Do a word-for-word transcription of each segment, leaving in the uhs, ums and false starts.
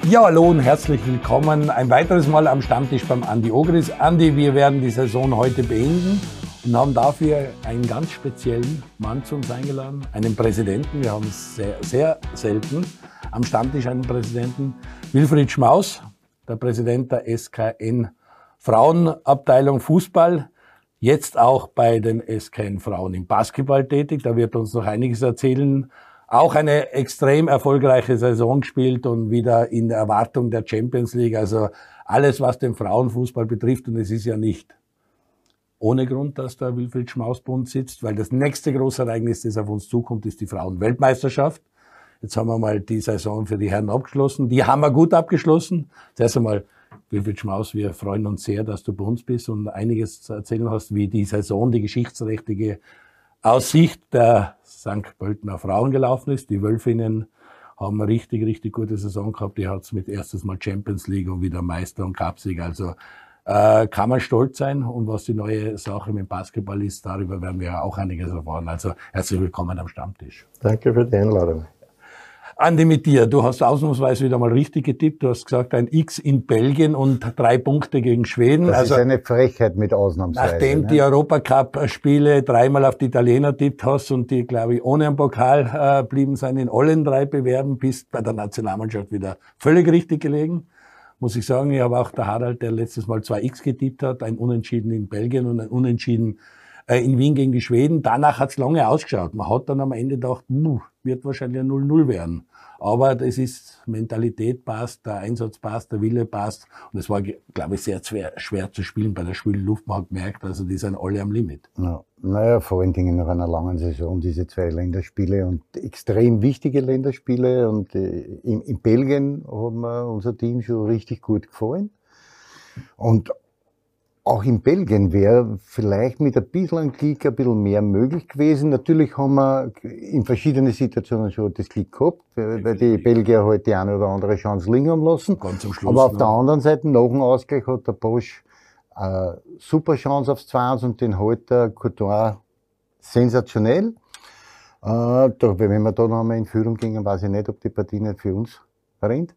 Ja, hallo und herzlich willkommen ein weiteres Mal am Stammtisch beim Andi Ogris. Andi, wir werden die Saison heute beenden und haben dafür einen ganz speziellen Mann zu uns eingeladen, einen Präsidenten. Wir haben es sehr, sehr selten am Stammtisch einen Präsidenten. Wilfried Schmaus, der Präsident der S K N Frauenabteilung Fußball, jetzt auch bei den S K N Frauen im Basketball tätig. Da wird uns noch einiges erzählen. Auch eine extrem erfolgreiche Saison gespielt und wieder in der Erwartung der Champions League. Also alles, was den Frauenfußball betrifft. Und es ist ja nicht ohne Grund, dass der Wilfried Schmaus bei uns sitzt, weil das nächste große Ereignis, das auf uns zukommt, ist die Frauenweltmeisterschaft. Jetzt haben wir mal die Saison für die Herren abgeschlossen. Die haben wir gut abgeschlossen. Zuerst einmal, Wilfried Schmaus, wir freuen uns sehr, dass du bei uns bist und einiges zu erzählen hast, wie die Saison, die geschichtsträchtige aus Sicht der Sankt Pöltener Frauen gelaufen ist. Die Wölfinnen haben eine richtig, richtig gute Saison gehabt. Die hat es mit erstes Mal Champions League und wieder Meister und Cupsieg. Also äh, kann man stolz sein. Und was die neue Sache mit dem Basketball ist, darüber werden wir auch einiges erfahren. Also herzlich willkommen am Stammtisch. Danke für die Einladung. Andi, mit dir. Du hast ausnahmsweise wieder mal richtig getippt. Du hast gesagt, ein X in Belgien und drei Punkte gegen Schweden. Das also, ist eine Frechheit mit Ausnahmsweise. Nachdem ne? die Europacup-Spiele dreimal auf die Italiener tippt hast und die, glaube ich, ohne einen Pokal äh, blieben sein in allen drei Bewerben, bist bei der Nationalmannschaft wieder völlig richtig gelegen. Muss ich sagen, ich habe auch der Harald, der letztes Mal zwei X getippt hat, ein Unentschieden in Belgien und ein Unentschieden äh, in Wien gegen die Schweden. Danach hat's lange ausgeschaut. Man hat dann am Ende gedacht, hm, wird wahrscheinlich ein null null werden. Aber das ist, Mentalität passt, der Einsatz passt, der Wille passt. Und es war, glaube ich, sehr schwer, schwer zu spielen bei der schwülen Luft. Man hat gemerkt, also die sind alle am Limit. Ja, naja, vor allen Dingen nach einer langen Saison, diese zwei Länderspiele und extrem wichtige Länderspiele. Und äh, in, in Belgien hat mir unser Team schon richtig gut gefallen. Und auch in Belgien wäre vielleicht mit ein bisschen Glück ein bisschen mehr möglich gewesen. Natürlich haben wir in verschiedenen Situationen schon das Glück gehabt, weil die Belgier halt die eine oder andere Chance liegen haben lassen. Ganz zum Schluss, aber auf ne? der anderen Seite, nach dem Ausgleich, hat der Bosch eine super Chance aufs zwei eins und den hält der Courtois sensationell. Äh, da, wenn wir da noch einmal in Führung gingen, weiß ich nicht, ob die Partie nicht für uns rennt.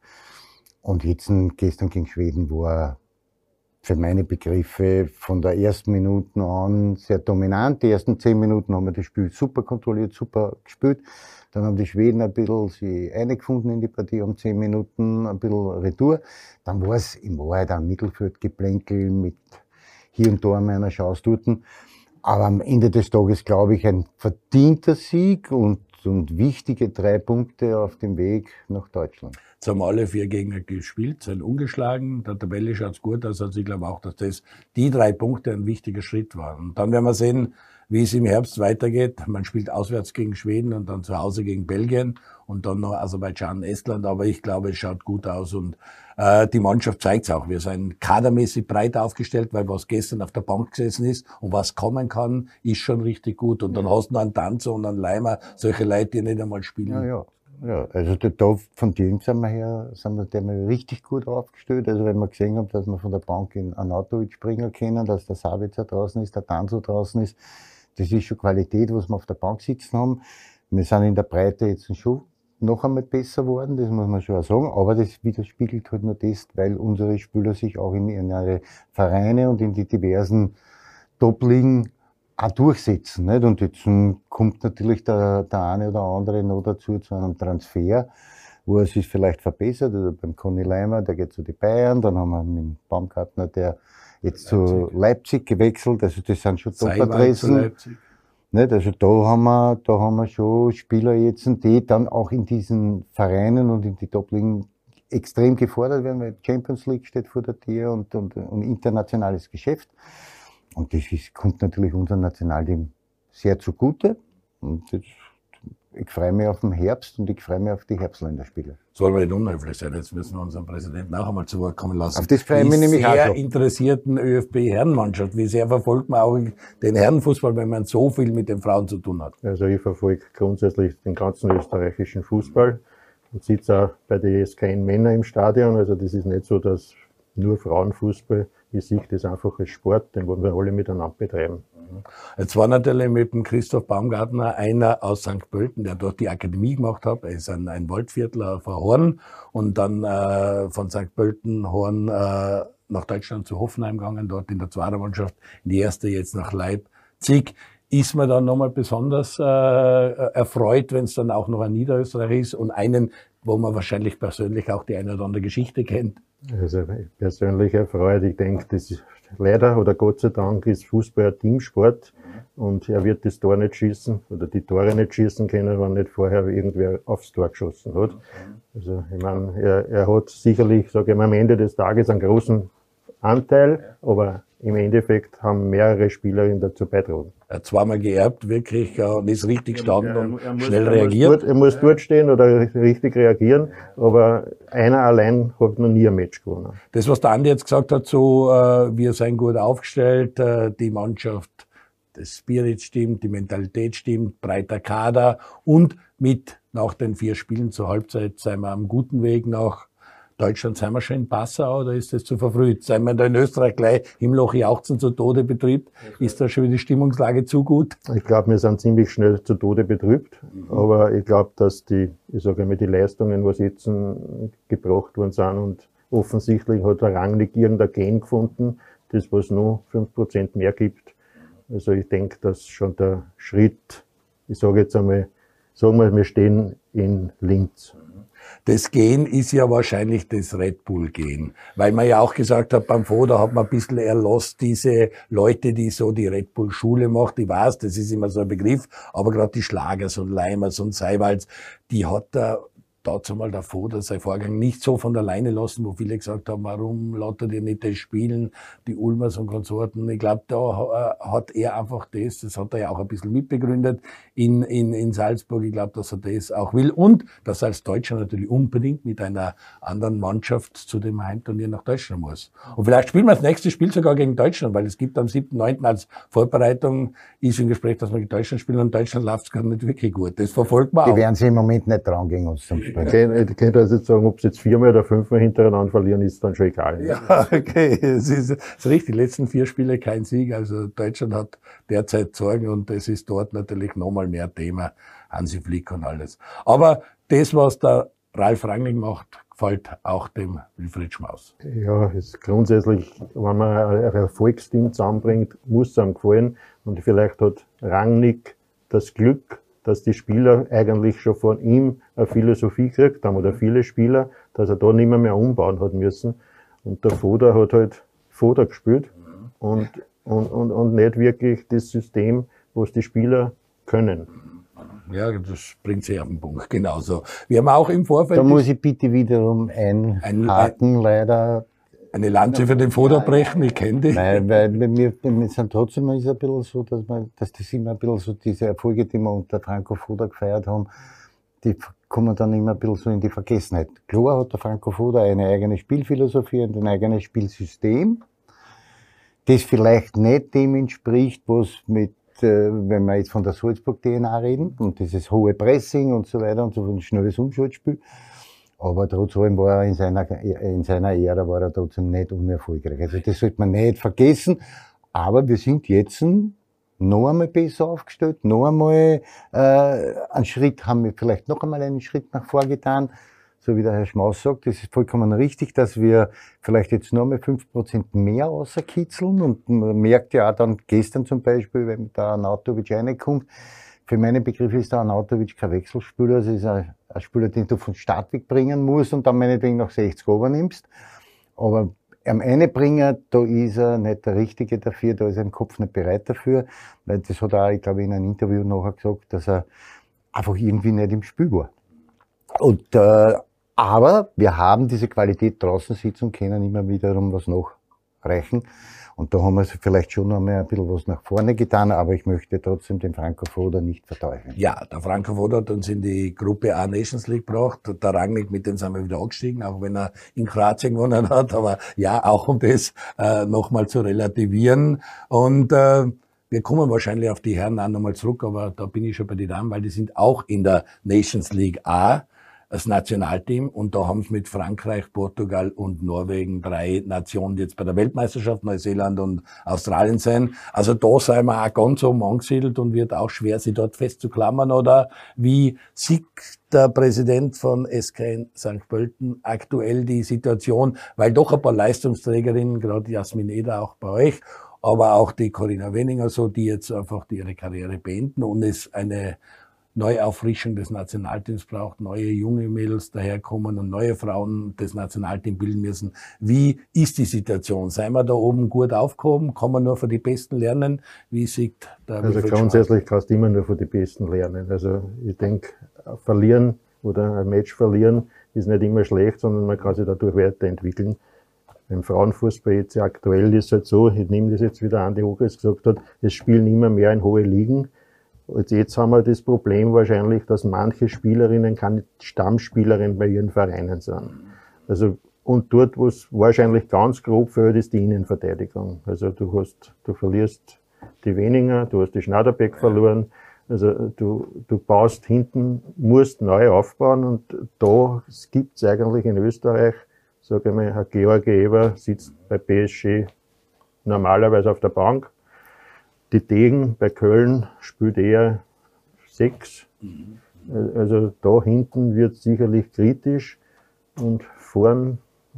Und jetzt, gestern gegen Schweden war für meine Begriffe von der ersten Minute an sehr dominant. Die ersten zehn Minuten haben wir das Spiel super kontrolliert, super gespielt. Dann haben die Schweden ein bisschen sich eingefunden in die Partie, um zehn Minuten ein bisschen Retour. Dann war es im Wahrheit ein Mittelfeldgeplänkel mit hier und da einer Chance dort. Aber am Ende des Tages, glaube ich, ein verdienter Sieg und, und wichtige drei Punkte auf dem Weg nach Deutschland. Jetzt haben alle vier Gegner gespielt, sind ungeschlagen. Der Tabelle schaut's gut aus. Also ich glaube auch, dass das die drei Punkte ein wichtiger Schritt waren. Und dann werden wir sehen, wie es im Herbst weitergeht. Man spielt auswärts gegen Schweden und dann zu Hause gegen Belgien und dann noch Aserbaidschan, Estland. Aber ich glaube, es schaut gut aus und äh, die Mannschaft zeigt's auch. Wir sind kadermäßig breit aufgestellt, weil was gestern auf der Bank gesessen ist und was kommen kann, ist schon richtig gut. Und dann hast du noch einen Tanzer und einen Leimer, solche Leute, die nicht einmal spielen. Ja, ja. Ja, also da von dem sind wir her, sind wir dem richtig gut aufgestellt. Also wenn wir gesehen haben, dass wir von der Bank in Anatovic springen können, dass der Sabitzer draußen ist, der Tanzo draußen ist, das ist schon Qualität, was wir auf der Bank sitzen haben. Wir sind in der Breite jetzt schon noch einmal besser geworden, das muss man schon sagen, aber das widerspiegelt halt nur das, weil unsere Spieler sich auch in ihre Vereine und in die diversen Top-Ligen auch durchsetzen, nicht? Und jetzt kommt natürlich der, der eine oder andere noch dazu zu einem Transfer, wo er sich vielleicht verbessert, also beim Conny Leimer, der geht zu den Bayern, dann haben wir mit dem Baumgartner, der jetzt Leipzig. zu Leipzig gewechselt, also das sind schon Top-Adressen. Nicht? Also da haben wir, da haben wir schon Spieler jetzt, die dann auch in diesen Vereinen und in die Top-Ligen extrem gefordert werden, weil Champions League steht vor der Tür und, und, und internationales Geschäft. Und das ist, kommt natürlich unserem Nationalteam sehr zugute. Und das, ich freue mich auf den Herbst und ich freue mich auf die Herbstländerspiele. Soll man nicht unhöflich sein, jetzt müssen wir unseren Präsidenten auch einmal zu Wort kommen lassen. Auf das freue ich mich nämlich auch sehr schon. interessierten ÖFB-Herrenmannschaft. Wie sehr verfolgt man auch den Herrenfußball, wenn man so viel mit den Frauen zu tun hat? Also ich verfolge grundsätzlich den ganzen österreichischen Fußball und sitze auch bei den S K N Männer im Stadion. Also das ist nicht so, dass nur Frauenfußball. Ich sehe das einfach als Sport, den wollen wir alle miteinander betreiben. Jetzt war natürlich mit dem Christoph Baumgartner einer aus Sankt Pölten, der dort die Akademie gemacht hat. Er ist ein, ein Waldviertler von Horn und dann äh, von Sankt Pölten, Horn äh, nach Deutschland zu Hoffenheim gegangen, dort in der zweiten Mannschaft, in die erste jetzt nach Leipzig. Ist man dann nochmal besonders äh, erfreut, wenn es dann auch noch ein Niederösterreicher ist und einen, wo man wahrscheinlich persönlich auch die eine oder andere Geschichte kennt. Also persönlich erfreut. Ich denke, das ist leider oder Gott sei Dank ist Fußball ein Teamsport und er wird das Tor nicht schießen oder die Tore nicht schießen können, wenn nicht vorher irgendwer aufs Tor geschossen hat. Also ich meine, er, er hat sicherlich, sage ich mal, am Ende des Tages einen großen Anteil, aber im Endeffekt haben mehrere Spielerinnen dazu beitragen. Er hat zweimal geerbt, wirklich, und ist richtig gestanden Ja, und er muss, schnell er reagiert. Muss dort, er muss dort stehen oder richtig reagieren, aber einer allein hat noch nie ein Match gewonnen. Das, was der Andi jetzt gesagt hat, so, äh, wir sind gut aufgestellt, äh, die Mannschaft, das Spirit stimmt, die Mentalität stimmt, breiter Kader und mit nach den vier Spielen zur Halbzeit sind wir am guten Weg nach Deutschland. Sind wir schon in Passau oder ist das zu verfrüht? Sind wir da in Österreich gleich im Loch jauchzen zu Tode betrübt? Ist da schon wieder die Stimmungslage zu gut? Ich glaube, wir sind ziemlich schnell zu Tode betrübt, mhm. aber ich glaube, dass die, ich sage mal, die Leistungen, was jetzt gebracht worden sind und offensichtlich hat der Rangnick irgendein Gen gefunden, das was noch fünf Prozent mehr gibt. Also ich denke, dass schon der Schritt, ich sage jetzt einmal, sagen wir, wir stehen in Linz. Das Gen ist ja wahrscheinlich das Red Bull-Gen. Weil man ja auch gesagt hat, beim Foda hat man ein bisschen erlost diese Leute, die so die Red Bull-Schule macht. Ich weiß, das ist immer so ein Begriff, aber gerade die Schlagers und Leimers und Seiwalds, die hat da dazu mal der Foda sein Vorgang nicht so von alleine lassen, wo viele gesagt haben, warum lässt er dir nicht das spielen, die Ulmers und Konsorten. Ich glaube, da hat er einfach das, das hat er ja auch ein bisschen mitbegründet in, in, in Salzburg. Ich glaube, dass er das auch will und dass er als Deutscher natürlich unbedingt mit einer anderen Mannschaft zu dem Heimturnier nach Deutschland muss. Und vielleicht spielen wir das nächste Spiel sogar gegen Deutschland, weil es gibt am siebten neunten als Vorbereitung, ist im Gespräch, dass wir gegen Deutschland spielen und Deutschland läuft es gar nicht wirklich gut. Das verfolgt man auch. Die werden sich im Moment nicht trauen gegen uns zum Spielen. Ich könnte also jetzt sagen, ob sie jetzt viermal oder fünfmal hintereinander verlieren, ist dann schon egal. Ja, okay. Es ist, es ist richtig. Die letzten vier Spiele kein Sieg. Also Deutschland hat derzeit Sorgen und es ist dort natürlich nochmal mehr Thema. Hansi Flick und alles. Aber das, was der Ralf Rangnick macht, gefällt auch dem Wilfried Schmaus. Ja, ist grundsätzlich, wenn man ein Erfolgsteam zusammenbringt, muss es einem gefallen. Und vielleicht hat Rangnick das Glück, dass die Spieler eigentlich schon von ihm eine Philosophie gekriegt haben, oder viele Spieler, dass er da nicht mehr, mehr umbauen hat müssen. Und der Foda hat halt Foda gespielt und, und, und, und nicht wirklich das System, was die Spieler können. Ja, das bringt sie auf den Punkt, genauso. Wir haben auch im Vorfeld... Da muss ich bitte wiederum einhaken, ein, leider... Eine Lanze für den Foda brechen, ich kenne die. Nein, weil wir, wir sind trotzdem ist ein bisschen so, dass man, dass das immer ein bisschen so diese Erfolge, die wir unter Franco Foda gefeiert haben, die kommen dann immer ein bisschen so in die Vergessenheit. Klar hat der Franco Foda eine eigene Spielphilosophie und ein eigenes Spielsystem, das vielleicht nicht dem entspricht, was mit, äh, wenn wir jetzt von der Salzburg-D N A reden, und dieses hohe Pressing und so weiter und so ein schnelles Umschaltspiel. Aber trotzdem war er in seiner, in seiner Ära war er trotzdem nicht unerfolgreich. Also das sollte man nicht vergessen. Aber wir sind jetzt noch einmal besser aufgestellt, noch einmal äh, einen Schritt, haben wir vielleicht noch einmal einen Schritt nach vorgetan. So wie der Herr Schmaus sagt, das ist vollkommen richtig, dass wir vielleicht jetzt noch einmal fünf Prozent mehr außerkitzeln. Und man merkt ja auch dann gestern zum Beispiel, wenn da Arnautovic reinkommt, für meine Begriffe ist der Arnautovic kein Wechselspieler, es ist ein, ein Spieler, den du von Start weg bringen musst und dann meinetwegen nach sechzig übernimmst. Aber am Einbringen, da ist er nicht der Richtige dafür, da ist er im Kopf nicht bereit dafür, weil das hat er auch, ich glaube, in einem Interview nachher gesagt, dass er einfach irgendwie nicht im Spiel war. Und, äh, aber wir haben diese Qualität draußen sitzen und können immer wiederum was nachreichen. Und da haben wir vielleicht schon noch mal ein bisschen was nach vorne getan, aber ich möchte trotzdem den Franco Foda nicht verteufeln. Ja, der Franco Foda hat uns in die Gruppe A Nations League gebracht. Der Rangnick, mit dem sind wir wieder angestiegen, auch wenn er in Kroatien gewonnen hat. Aber ja, auch um das äh, nochmal zu relativieren. Und äh, wir kommen wahrscheinlich auf die Herren auch nochmal zurück, aber da bin ich schon bei den Damen, weil die sind auch in der Nations League A. das Nationalteam. Und da haben sie mit Frankreich, Portugal und Norwegen drei Nationen, die jetzt bei der Weltmeisterschaft, Neuseeland und Australien sein. Also da sind wir auch ganz oben angesiedelt und wird auch schwer, sich dort festzuklammern. Oder wie sieht der Präsident von S K N Sankt Pölten aktuell die Situation? Weil doch ein paar Leistungsträgerinnen, gerade Jasmin Eder auch bei euch, aber auch die Corinna Wenninger so, die jetzt einfach ihre Karriere beenden und es eine Neuauffrischung des Nationalteams braucht, neue junge Mädels daherkommen und neue Frauen das Nationalteam bilden müssen. Wie ist die Situation? Seien wir da oben gut aufgehoben? Kann man nur von den Besten lernen? Wie sieht der Also grundsätzlich kannst du immer nur von den Besten lernen. Also ich denke, verlieren oder ein Match verlieren ist nicht immer schlecht, sondern man kann sich dadurch weiterentwickeln. Beim Frauenfußball jetzt aktuell ist es halt so, ich nehme das jetzt wieder an, die Ogris gesagt hat, es spielen immer mehr in hohe Ligen. Und jetzt haben wir das Problem wahrscheinlich, dass manche Spielerinnen keine Stammspielerin bei ihren Vereinen sind. Also, und dort, wo es wahrscheinlich ganz grob fällt, ist die Innenverteidigung. Also du hast, du verlierst die Weniger, du hast die Schneiderbeck verloren. Also du, du baust hinten, musst neu aufbauen und da gibt es eigentlich in Österreich, sage ich mal, Herr Georg Eber sitzt bei P S G normalerweise auf der Bank. Die Degen bei Köln spielt eher sechs. Also da hinten wird sicherlich kritisch und vorn,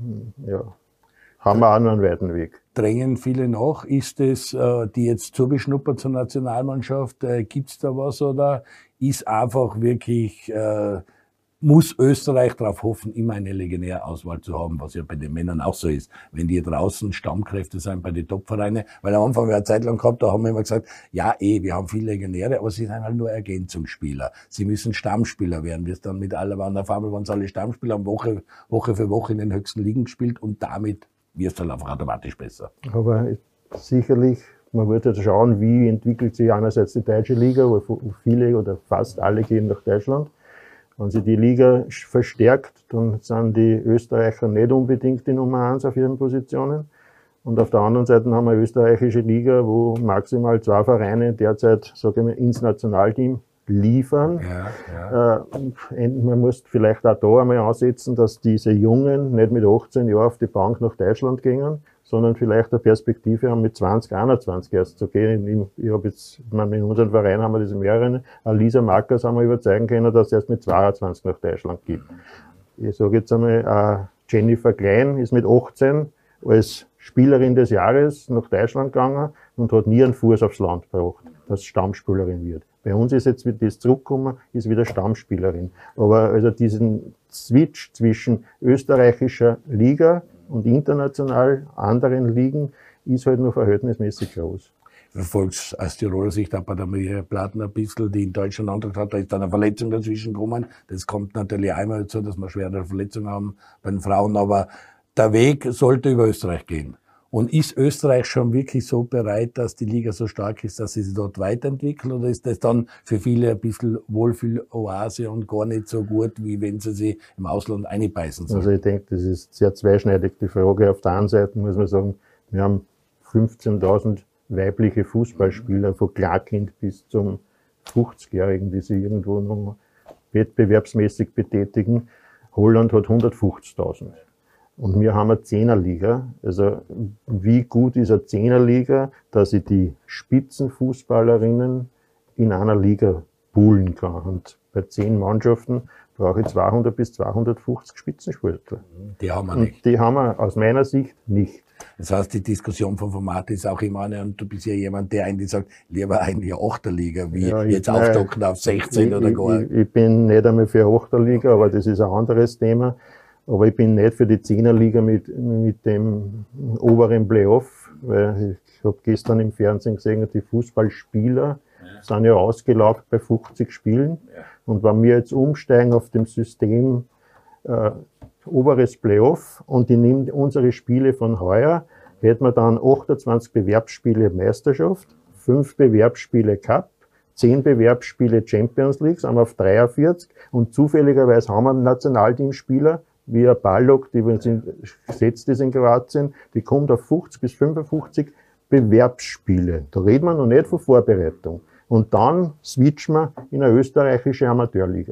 ja, haben wir auch noch einen weiten Weg. Drängen viele nach? Ist es, äh, die jetzt zugeschnuppert zur Nationalmannschaft, äh, gibt's da was oder ist einfach wirklich, äh, muss Österreich darauf hoffen, immer eine Legionärauswahl zu haben, was ja bei den Männern auch so ist. Wenn die draußen Stammkräfte sind bei den Topvereinen, weil am Anfang haben wir eine Zeit lang gehabt, da haben wir immer gesagt, ja eh, wir haben viele Legionäre, aber sie sind halt nur Ergänzungsspieler. Sie müssen Stammspieler werden. Wir dann mit aller Wahl, auf einmal waren es alle Stammspieler, haben Woche, Woche für Woche in den höchsten Ligen gespielt und damit wirst du halt einfach automatisch besser. Aber sicherlich, man wird jetzt schauen, wie entwickelt sich einerseits die deutsche Liga, wo viele oder fast alle gehen nach Deutschland. Wenn sich die Liga verstärkt, dann sind die Österreicher nicht unbedingt die Nummer eins auf ihren Positionen. Und auf der anderen Seite haben wir eine österreichische Liga, wo maximal zwei Vereine derzeit, sage ich mal, ins Nationalteam liefern. Ja, ja. Äh, man muss vielleicht auch da einmal ansetzen, dass diese Jungen nicht mit achtzehn Jahren auf die Bank nach Deutschland gehen, sondern vielleicht eine Perspektive haben, mit zwanzig, einundzwanzig erst zu gehen. Ich, ich habe jetzt, ich meine, in unserem Verein haben wir diese mehreren. Lisa Markers haben wir überzeugen können, dass es erst mit zweiundzwanzig nach Deutschland gibt. Ich sage jetzt einmal, Jennifer Klein ist mit achtzehn als Spielerin des Jahres nach Deutschland gegangen und hat nie einen Fuß aufs Land gebracht, dass sie Stammspielerin wird. Bei uns ist jetzt, wird das zurückgekommen, ist wieder Stammspielerin. Aber also diesen Switch zwischen österreichischer Liga und international anderen Ligen ist halt nur verhältnismäßig groß. Ich verfolge aus Tiroler Sicht auch bei der Maria Plattner ein bisschen, die in Deutschland angetreten hat, da ist dann eine Verletzung dazwischen gekommen. Das kommt natürlich einmal dazu, dass wir schwere Verletzungen haben bei den Frauen, aber der Weg sollte über Österreich gehen. Und ist Österreich schon wirklich so bereit, dass die Liga so stark ist, dass sie sich dort weiterentwickeln? Oder ist das dann für viele ein bisschen Wohlfühl-Oase und gar nicht so gut, wie wenn sie sich im Ausland einbeißen sollen? Also ich denke, das ist sehr zweischneidig, die Frage. Auf der einen Seite muss man sagen, wir haben fünfzehntausend weibliche Fußballspieler von Klarkind bis zum fünfzigjährigen, die sich irgendwo noch wettbewerbsmäßig betätigen. Holland hat hundertfünfzigtausend. Und wir haben eine Zehnerliga. Also wie gut ist eine Zehnerliga, dass ich die Spitzenfußballerinnen in einer Liga poolen kann. Und bei zehn Mannschaften brauche ich zweihundert bis zweihundertfünfzig Spitzensportler. Die haben wir nicht. Und die haben wir aus meiner Sicht nicht. Das heißt, die Diskussion vom Format ist auch immer eine, und du bist ja jemand, der eigentlich sagt, lieber eigentlich eine Achterliga, wie Ja, ich- jetzt aufstocken auf sechzehn ich, oder ich, gar. Ich, ich bin nicht einmal für eine Achterliga, aber das ist ein anderes Thema. Aber ich bin nicht für die Zehnerliga mit, mit dem oberen Playoff, weil ich habe gestern im Fernsehen gesehen, die Fußballspieler ja. sind ja ausgelaugt bei fünfzig Spielen. Ja. Und wenn wir jetzt umsteigen auf dem System äh, oberes Playoff und die nimmt unsere Spiele von heuer, hätten wir dann achtundzwanzig Bewerbsspiele Meisterschaft, fünf Bewerbsspiele Cup, zehn Bewerbsspiele Champions League, sind wir auf dreiundvierzig und zufälligerweise haben wir einen Nationalteamspieler, wie ein Balog, die gesetzt ist in Kroatien, die kommt auf fünfzig bis fünfundfünfzig Bewerbsspiele. Da reden wir noch nicht von Vorbereitung. Und dann switchen wir in eine österreichische Amateurliga.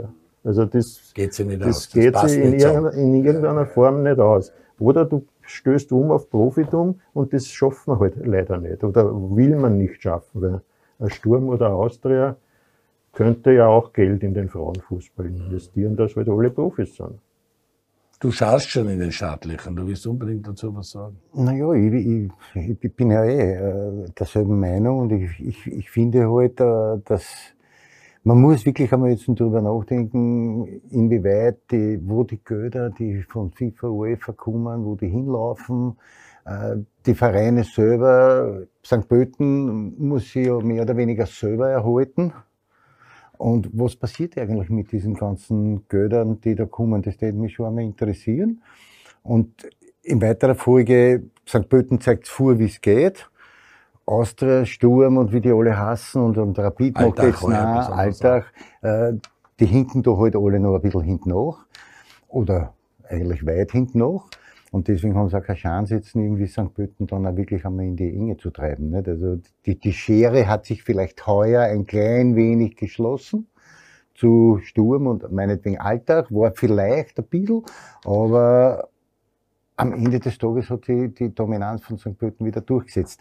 Also das geht sich nicht das aus. Das geht passt sich in, nicht irgendeiner, in irgendeiner Form nicht aus. Oder du stößt um auf Profitum und das schafft man halt leider nicht. Oder will man nicht schaffen, weil ein Sturm oder ein Austria könnte ja auch Geld in den Frauenfußball investieren, dass halt alle Profis sind. Du schaust schon in den Startlöchern, du willst unbedingt dazu was sagen. Naja, ich, ich, ich bin ja eh äh, derselben Meinung und ich, ich, ich finde halt, äh, dass man muss wirklich einmal jetzt drüber nachdenken, inwieweit die, wo die Gelder, die von FIFA, UEFA kommen, wo die hinlaufen. Äh, die Vereine selber, Sankt Pölten muss sich ja mehr oder weniger selber erhalten. Und was passiert eigentlich mit diesen ganzen Geldern, die da kommen? Das würde mich schon einmal interessieren. Und in weiterer Folge, Sankt Pölten zeigt vor, wie es geht. Austria, Sturm und wie die alle hassen und, und Rapid macht jetzt nach, Alltag, äh, die hinken da halt alle noch ein bisschen hinten nach. Oder eigentlich weit hinten nach. Und deswegen haben sie auch keine Chance, jetzt irgendwie Sankt Pölten dann auch wirklich einmal in die Enge zu treiben. Nicht? Also die, die Schere hat sich vielleicht heuer ein klein wenig geschlossen zu Sturm und meinetwegen Alltag, war vielleicht ein bisschen, aber am Ende des Tages hat sich die Dominanz von Sankt Pölten wieder durchgesetzt.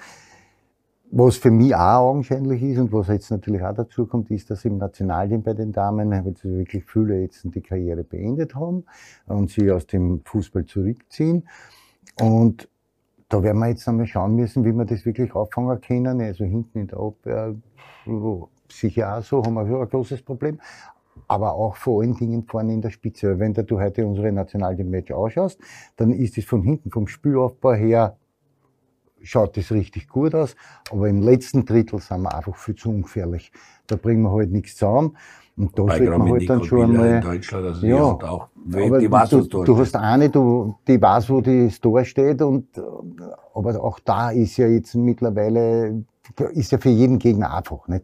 Was für mich auch augenscheinlich ist und was jetzt natürlich auch dazu kommt, ist, dass im Nationalteam bei den Damen jetzt wirklich viele jetzt die Karriere beendet haben und sie aus dem Fußball zurückziehen. Und da werden wir jetzt einmal schauen müssen, wie wir das wirklich auffangen können. Also hinten in der Abwehr, sicher auch so, haben wir schon ein großes Problem. Aber auch vor allen Dingen vorne in der Spitze. Wenn du heute unsere Nationalteam-Match ausschaust, dann ist es von hinten, vom Spielaufbau her, schaut das richtig gut aus, aber im letzten Drittel sind wir einfach viel zu ungefährlich. Da bringen wir halt nichts zusammen. Und da sollte man halt dann schon einmal. In Deutschland, also ja, die, auch, aber die weiß, du, du, du hast eine, du, die weiß, wo das Tor steht, und, aber auch da ist ja jetzt mittlerweile, ist ja für jeden Gegner einfach, nicht?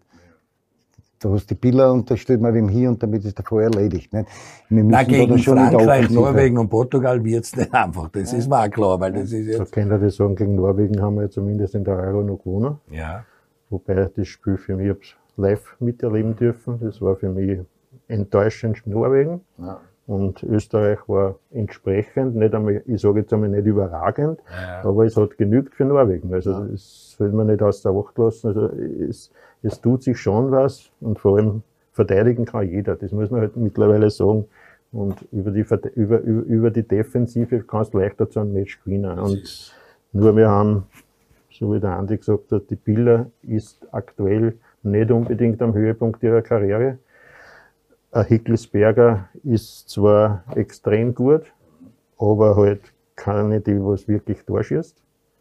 Du hast die Bilder und da steht man wem hier und damit ist der Fall erledigt. Nicht? Wir müssen Nein, gegen da schon Frankreich, Norwegen und Portugal wird's nicht einfach. Das ja. ist mir auch klar, weil das ist jetzt. So kann ich sagen, gegen Norwegen haben wir zumindest in der Euro noch gewonnen. Ja. Wobei das Spiel für mich, ich habe es live miterleben dürfen. Das war für mich enttäuschend Norwegen. Ja. Und Österreich war entsprechend, nicht einmal, ich sage jetzt einmal nicht überragend, ja. aber es hat genügt für Norwegen. Also ja. das soll man nicht aus der Acht lassen. Also es, es tut sich schon was und vor allem verteidigen kann jeder. Das muss man halt mittlerweile sagen. Und über die, über, über, über die Defensive kannst du leichter zu einem Match gewinnen. Und nur wir haben, so wie der Andi gesagt hat, die Biller ist aktuell nicht unbedingt am Höhepunkt ihrer Karriere. Ein Hickelsberger ist zwar extrem gut, aber halt keine, die was wirklich durchschießt.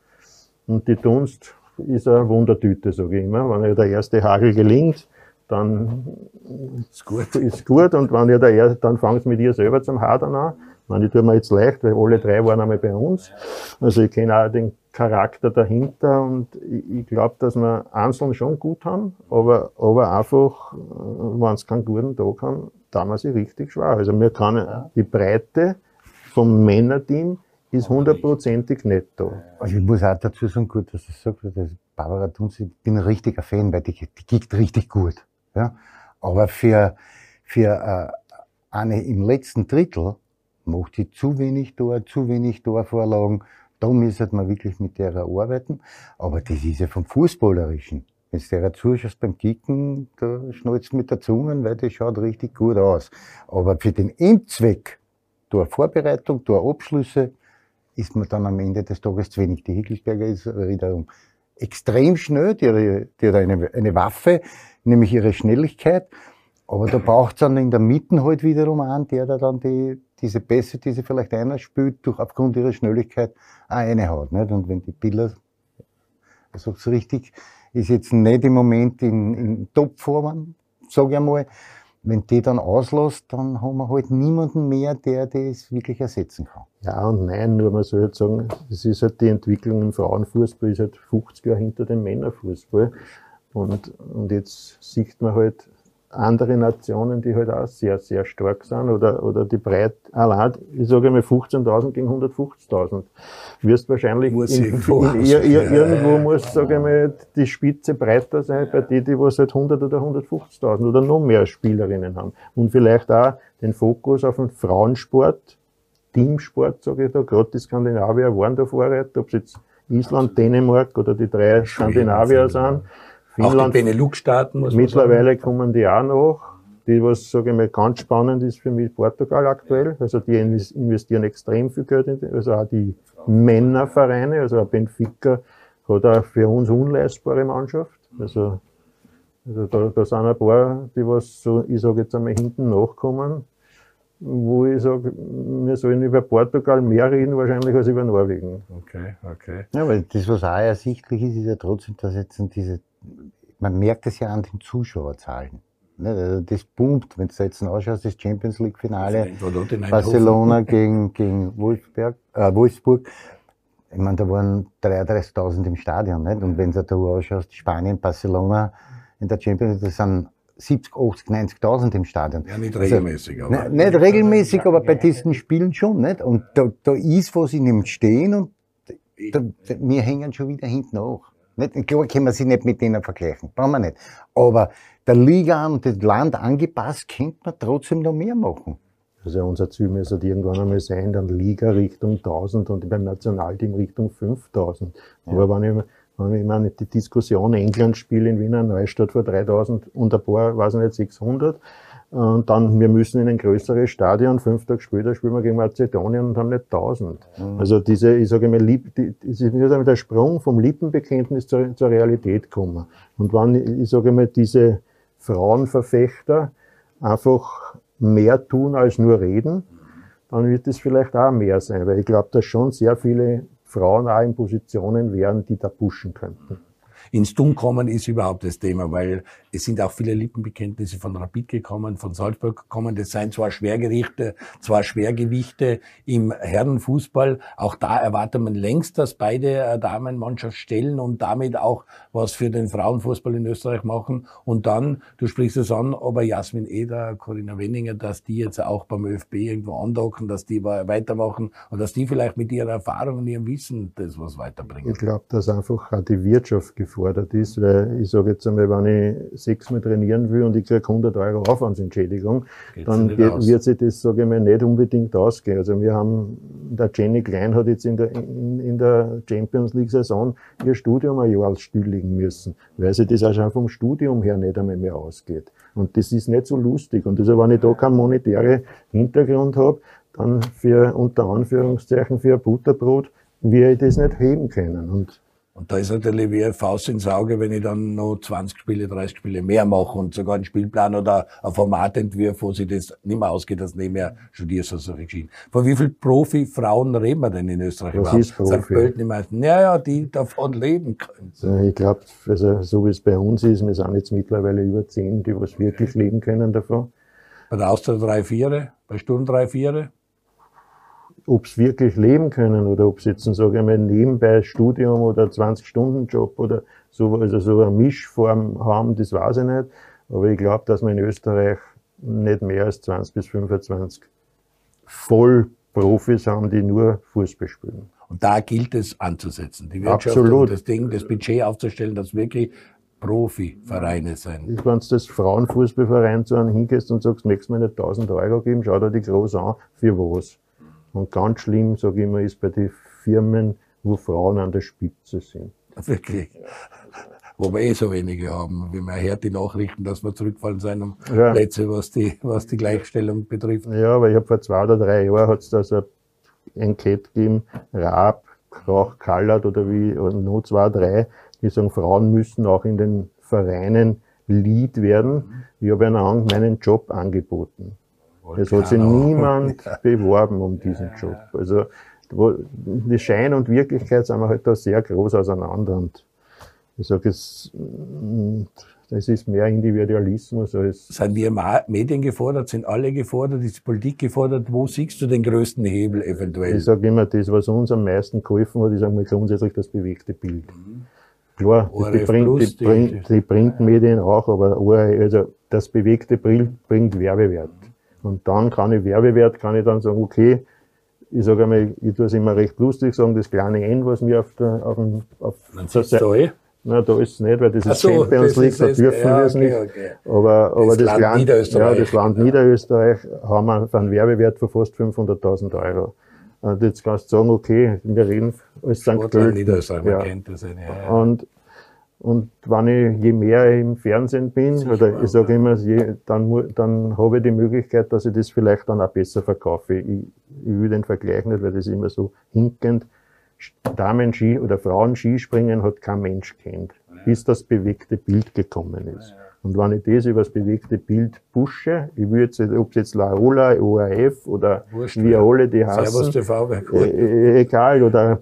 Und die Dunst ist eine Wundertüte, sage ich immer. Wenn ihr der erste Hagel gelingt, dann ist gut. Ist gut. Und wenn ihr der erste, dann fangt mit ihr selber zum Hadern an. Ich meine, die tun mir jetzt leicht, weil alle drei waren einmal bei uns. Also ich kenne auch den Charakter dahinter und ich, ich glaube, dass wir einzeln schon gut haben, aber, aber einfach, wenn es keinen guten Tag haben, da haben wir sie richtig schwer. Also wir können, die Breite vom Männerteam ist hundertprozentig nicht da. Also ich muss auch dazu sagen, gut, dass du sagst, dass Barbara Dunst, ich bin ein richtiger Fan, weil die, die kickt richtig gut. Ja? Aber für, für äh, eine im letzten Drittel macht die zu wenig Tor, zu wenig Torvorlagen. Da müsste man wirklich mit der arbeiten. Aber das ist ja vom Fußballerischen. Wenn du der zuschaust beim Kicken, da schnallst du mit der Zunge, weil das schaut richtig gut aus. Aber für den Endzweck, Torvorbereitung, Torabschlüsse, ist man dann am Ende des Tages zu wenig. Die Hickelsberger ist wiederum extrem schnell, die hat, die hat eine, eine Waffe, nämlich ihre Schnelligkeit. Aber da braucht es dann in der Mitte halt wiederum einen, der da dann die, diese Pässe, die sie vielleicht einer spielt, durch aufgrund ihrer Schnelligkeit auch reinhaut. Nicht? Und wenn die Biller, ich sag's richtig, ist jetzt nicht im Moment in, in Topform, sage ich einmal, wenn die dann auslässt, dann haben wir halt niemanden mehr, der das wirklich ersetzen kann. Ja und nein, nur man soll halt sagen, das ist halt die Entwicklung im Frauenfußball, ist halt fünfzig Jahre hinter dem Männerfußball. Und, und jetzt sieht man halt, andere Nationen, die halt auch sehr, sehr stark sind, oder, oder die Breit, allein, ich sage mal fünfzehntausend gegen hundertfünfzigtausend. Wirst wahrscheinlich, muss in, irgendwo, in, in, in, irgendwo muss, sage ich mal, die Spitze breiter sein, bei denen, die was halt hundert oder hundertfünfzigtausend oder noch mehr Spielerinnen haben. Und vielleicht auch den Fokus auf den Frauensport, Teamsport, sage ich da, gerade die Skandinavier waren da Vorreiter, ob es jetzt Island, Dänemark oder die drei Skandinavier sind. Finnland, auch die Benelux-Staaten, muss man mittlerweile sagen. kommen die auch noch. Die, was, sage ich mal, ganz spannend ist für mich Portugal aktuell. Also die investieren extrem viel Geld in die, also auch die Männervereine, also auch Benfica hat auch für uns unleistbare Mannschaft. Also, also da, da sind ein paar, die was so, ich sage jetzt einmal hinten nachkommen, wo ich sage, wir sollen über Portugal mehr reden wahrscheinlich als über Norwegen. Okay, okay. Ja, weil das, was auch ersichtlich ist, ist ja trotzdem, dass jetzt diese, man merkt es ja an den Zuschauerzahlen. Also das boomt, wenn du jetzt anschaust, das Champions League Finale, Barcelona gegen, gegen Wolfsberg, äh, Wolfsburg. Ich meine, da waren dreiunddreißigtausend im Stadion, nicht? Und wenn du da anschaust, Spanien, Barcelona in der Champions League, das sind siebzig, achtzig, neunzigtausend im Stadion. Ja, nicht regelmäßig, also, aber. Nicht regelmäßig, aber bei diesen Spielen schon, nicht? Und da, da ist was in dem Stehen und da, da, wir hängen schon wieder hinten nach. Nicht? Klar können wir sich nicht mit denen vergleichen, brauchen wir nicht. Aber der Liga und das Land angepasst, könnte man trotzdem noch mehr machen. Also unser Ziel müsste irgendwann einmal sein, dann Liga Richtung tausend und beim Nationalteam Richtung fünftausend. Ja. Aber wenn ich, wenn ich meine, die Diskussion England-Spiel in Wiener Neustadt vor dreitausend und ein paar, weiß ich nicht, sechshundert, und dann, wir müssen in ein größeres Stadion, fünf Tage später spielen wir gegen Mazedonien und haben nicht tausend. Mhm. Also diese, ich sage mal, lieb, die, es ist wieder der Sprung vom Lippenbekenntnis zur, zur Realität kommen. Und wenn, ich sage mal, diese Frauenverfechter einfach mehr tun als nur reden, dann wird es vielleicht auch mehr sein, weil ich glaube, dass schon sehr viele Frauen auch in Positionen wären, die da pushen könnten. Ins Tun kommen ist überhaupt das Thema, weil es sind auch viele Lippenbekenntnisse von Rapid gekommen, von Salzburg gekommen. Das seien zwar Schwergewichte, zwar Schwergewichte im Herrenfußball. Auch da erwartet man längst, dass beide Damenmannschaft stellen und damit auch was für den Frauenfußball in Österreich machen. Und dann, du sprichst es an, aber Jasmin Eder, Corinna Wenninger, dass die jetzt auch beim ÖFB irgendwo andocken, dass die weitermachen und dass die vielleicht mit ihrer Erfahrung und ihrem Wissen das was weiterbringen. Ich glaube, dass einfach auch die Wirtschaft gefordert ist, weil ich sage jetzt einmal, wenn ich sechsmal trainieren will und ich kriege hundert Euro Aufwandsentschädigung, Geht's dann geht, wird sich das, sage ich mal, nicht unbedingt ausgehen. Also wir haben, der Jenny Klein hat jetzt in der, in, in der Champions League Saison ihr Studium ein Jahr als stilllegen müssen, weil sie das auch schon vom Studium her nicht einmal mehr ausgeht. Und das ist nicht so lustig. Und also wenn ich da keinen monetären Hintergrund habe, dann für, unter Anführungszeichen, für ein Butterbrot, werde ich das nicht heben können. Und Und da ist natürlich wie eine Faust ins Auge, wenn ich dann noch zwanzig Spiele, dreißig Spiele mehr mache und sogar einen Spielplan oder ein Format entwirf, wo sich das nicht mehr ausgeht, dass nebenher studierst oder solche Geschichten. Von wie viel Profi-Frauen reden wir denn in Österreich Was überhaupt? ist Profi? Die meisten. Ja, ja, die davon leben können. Also ich glaube, also so wie es bei uns ist, wir sind jetzt mittlerweile über zehn, die was wirklich leben können davon. Bei der Austria drei, vier, bei Sturm drei, vier. Ob es wirklich leben können oder ob sie jetzt, sage ich mal, nebenbei Studium oder zwanzig-Stunden-Job oder so, also so eine Mischform haben, das weiß ich nicht. Aber ich glaube, dass wir in Österreich nicht mehr als zwanzig bis fünfundzwanzig Vollprofis haben, die nur Fußball spielen. Und da gilt es anzusetzen. Die Wirtschaft Absolut. Und das Ding, das Budget aufzustellen, dass wirklich Profivereine sein. Wenn du das Frauenfußballverein zu einem hingehst und sagst, möchtest du mir nicht tausend Euro geben, schau dir die groß an, für was? Und ganz schlimm, sage ich immer, ist bei den Firmen, wo Frauen an der Spitze sind. Wirklich. Wo wir eh so wenige haben. Wie man hört die Nachrichten, dass wir zurückfallen sein um Ja. Plätze, was die, was die Gleichstellung betrifft. Ja, aber ich habe vor zwei oder drei Jahren hat es da so ein Enquete gegeben, Raab, Krach, Kallert oder wie, oder noch zwei, drei, die sagen, Frauen müssen auch in den Vereinen Lead werden. Ich habe ihnen meinen Job angeboten. Es hat sich niemand beworben um diesen Job. Also die Schein und Wirklichkeit sind wir halt da sehr groß auseinander. Und ich sage, es, das ist mehr Individualismus als. Sind wir Medien gefordert? Sind alle gefordert? Ist die Politik gefordert? Wo siehst du den größten Hebel eventuell? Ich sage immer, das, was uns am meisten geholfen hat, ist einmal grundsätzlich das bewegte Bild. Klar, die, Print, die, Print, die Printmedien auch, aber also das bewegte Bild bringt Werbewert. Und dann kann ich Werbewert, kann ich dann sagen, okay, ich sage einmal, ich tue es immer recht lustig sagen, das kleine N, was mir auf der, auf dem, auf der Seite, na, da ist es nicht, weil das ist so, Champions League, da dürfen ja, wir es okay, nicht. Okay. Aber, aber das, das Land, Land Niederösterreich, ja, das Land Niederösterreich haben wir einen Werbewert von fast fünfhunderttausend Euro. Und jetzt kannst du sagen, okay, wir reden als Sankt Pölten. Ja. Kennt das eine, ja, ja. Und, und wenn ich, je mehr ich im Fernsehen bin, sicher, oder ich sage immer, je, dann, dann habe ich die Möglichkeit, dass ich das vielleicht dann auch besser verkaufe. Ich, ich will den Vergleich nicht, weil das immer so hinkend. Damen-Ski oder Frauen-Skispringen hat kein Mensch kennt, ja. bis das bewegte Bild gekommen ist. Ja, ja. Und wenn ich das über das bewegte Bild pushe, ich würde jetzt, ob es jetzt Laola, O R F oder Wurscht, wie alle die heißen, Servus T V, äh, egal, oder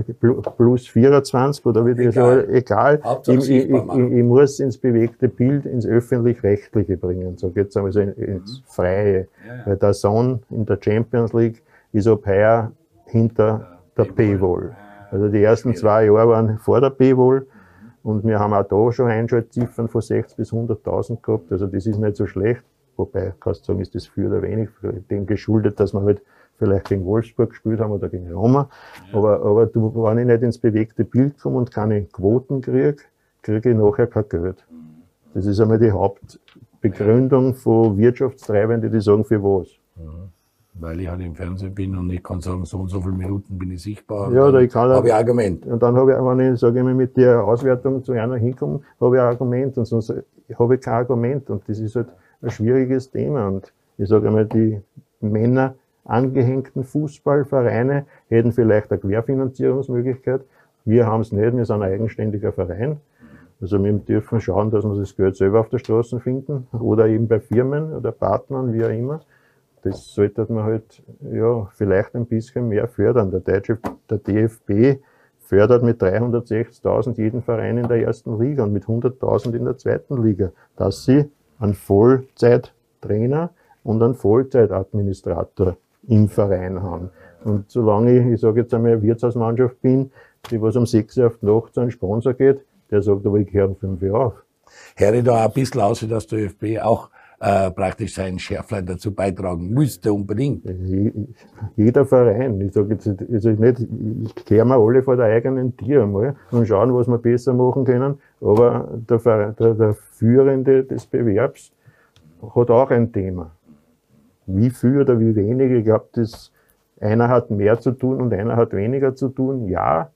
Plus vierundzwanzig oder wie das egal, egal. Ich, ich, ich, ich muss ins bewegte Bild, ins Öffentlich-Rechtliche bringen, so geht's also in, ins Freie. Ja, ja. Weil der Sohn in der Champions League ist ab heuer hinter der Paywall. Also die ersten zwei Jahre waren vor der Paywall und wir haben auch da schon Einschaltziffern von sechzig bis hunderttausend gehabt. Also das ist nicht so schlecht. Wobei, kannst du sagen, ist das viel oder wenig, dem geschuldet, dass wir halt vielleicht gegen Wolfsburg gespielt haben oder gegen Roma. Ja. Aber, aber du, wenn ich nicht ins bewegte Bild komme und keine Quoten kriege, kriege ich nachher kein Geld. Das ist einmal die Hauptbegründung von Wirtschaftstreibenden, die sagen, für was. Mhm. Weil ich halt im Fernsehen bin und ich kann sagen, so und so viele Minuten bin ich sichtbar. Ja, oder ich kann habe ich ein Argument. Und dann habe ich, wenn ich, sage ich mal, mit der Auswertung zu einer hinkomme, habe ich ein Argument und sonst habe ich kein Argument. Und das ist halt ein schwieriges Thema. Und ich sage einmal, die Männer angehängten Fußballvereine hätten vielleicht eine Querfinanzierungsmöglichkeit. Wir haben es nicht, wir sind ein eigenständiger Verein. Also wir dürfen schauen, dass wir das Geld selber auf der Straße finden oder eben bei Firmen oder Partnern, wie auch immer. Das sollte man halt, ja, vielleicht ein bisschen mehr fördern. Der deutsche, der D F B fördert mit dreihundertsechzigtausend jeden Verein in der ersten Liga und mit hunderttausend in der zweiten Liga, dass sie einen Vollzeittrainer und einen Vollzeitadministrator im Verein haben. Und solange ich, ich sage jetzt einmal, eine Wirtshausmannschaft bin, die was um sechs Uhr auf die Nacht zu einem Sponsor geht, der sagt, aber ich höre um fünf Uhr auf. Höre ich da auch ein bisschen aus, dass der ÖFB auch Äh, praktisch seinen Schärflein dazu beitragen müsste, unbedingt. Jeder Verein, ich sage jetzt also nicht, ich kehre mir alle vor der eigenen Tür einmal und schauen, was wir besser machen können, aber der, der, der Führende des Bewerbs hat auch ein Thema. Wie viel oder wie wenig, ich glaube, das einer hat mehr zu tun und einer hat weniger zu tun, ja.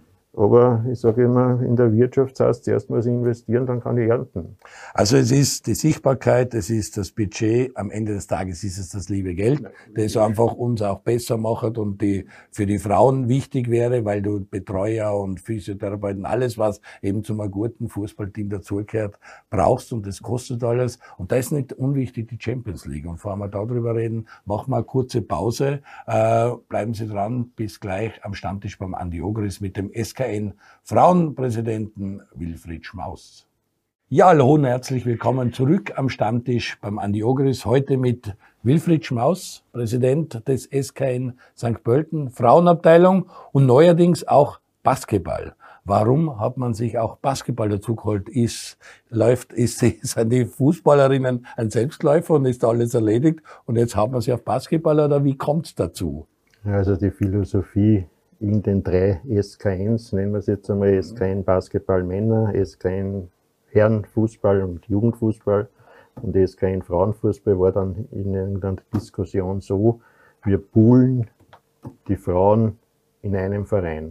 Aber ich sage immer, in der Wirtschaft heißt es, zuerst muss ich investieren, dann kann ich ernten. Also es ist die Sichtbarkeit, es ist das Budget, am Ende des Tages ist es das liebe Geld, das einfach uns auch besser macht und die für die Frauen wichtig wäre, weil du Betreuer und Physiotherapeuten, alles was eben zu einem guten Fußballteam dazugehört, brauchst und das kostet alles. Und da ist nicht unwichtig die Champions League. Und bevor wir darüber reden, machen wir eine kurze Pause. Äh, bleiben Sie dran, bis gleich am Stammtisch beim Andi Ogris mit dem S K Frauenpräsidenten Wilfried Schmaus. Ja, hallo und herzlich willkommen zurück am Stammtisch beim Andi Ogris. Heute mit Wilfried Schmaus, Präsident des S K N Sankt Pölten, Frauenabteilung und neuerdings auch Basketball. Warum hat man sich auch Basketball dazu geholt? Ist, läuft, ist, sind die Fußballerinnen ein Selbstläufer und ist alles erledigt und jetzt hat man sich auf Basketball oder wie kommt es dazu? Also die Philosophie in den drei S K Ns, nennen wir es jetzt einmal S K N Basketball Männer, S K N Herrenfußball und Jugendfußball und S K N Frauenfußball, war dann in irgendeiner Diskussion so, wir poolen die Frauen in einem Verein.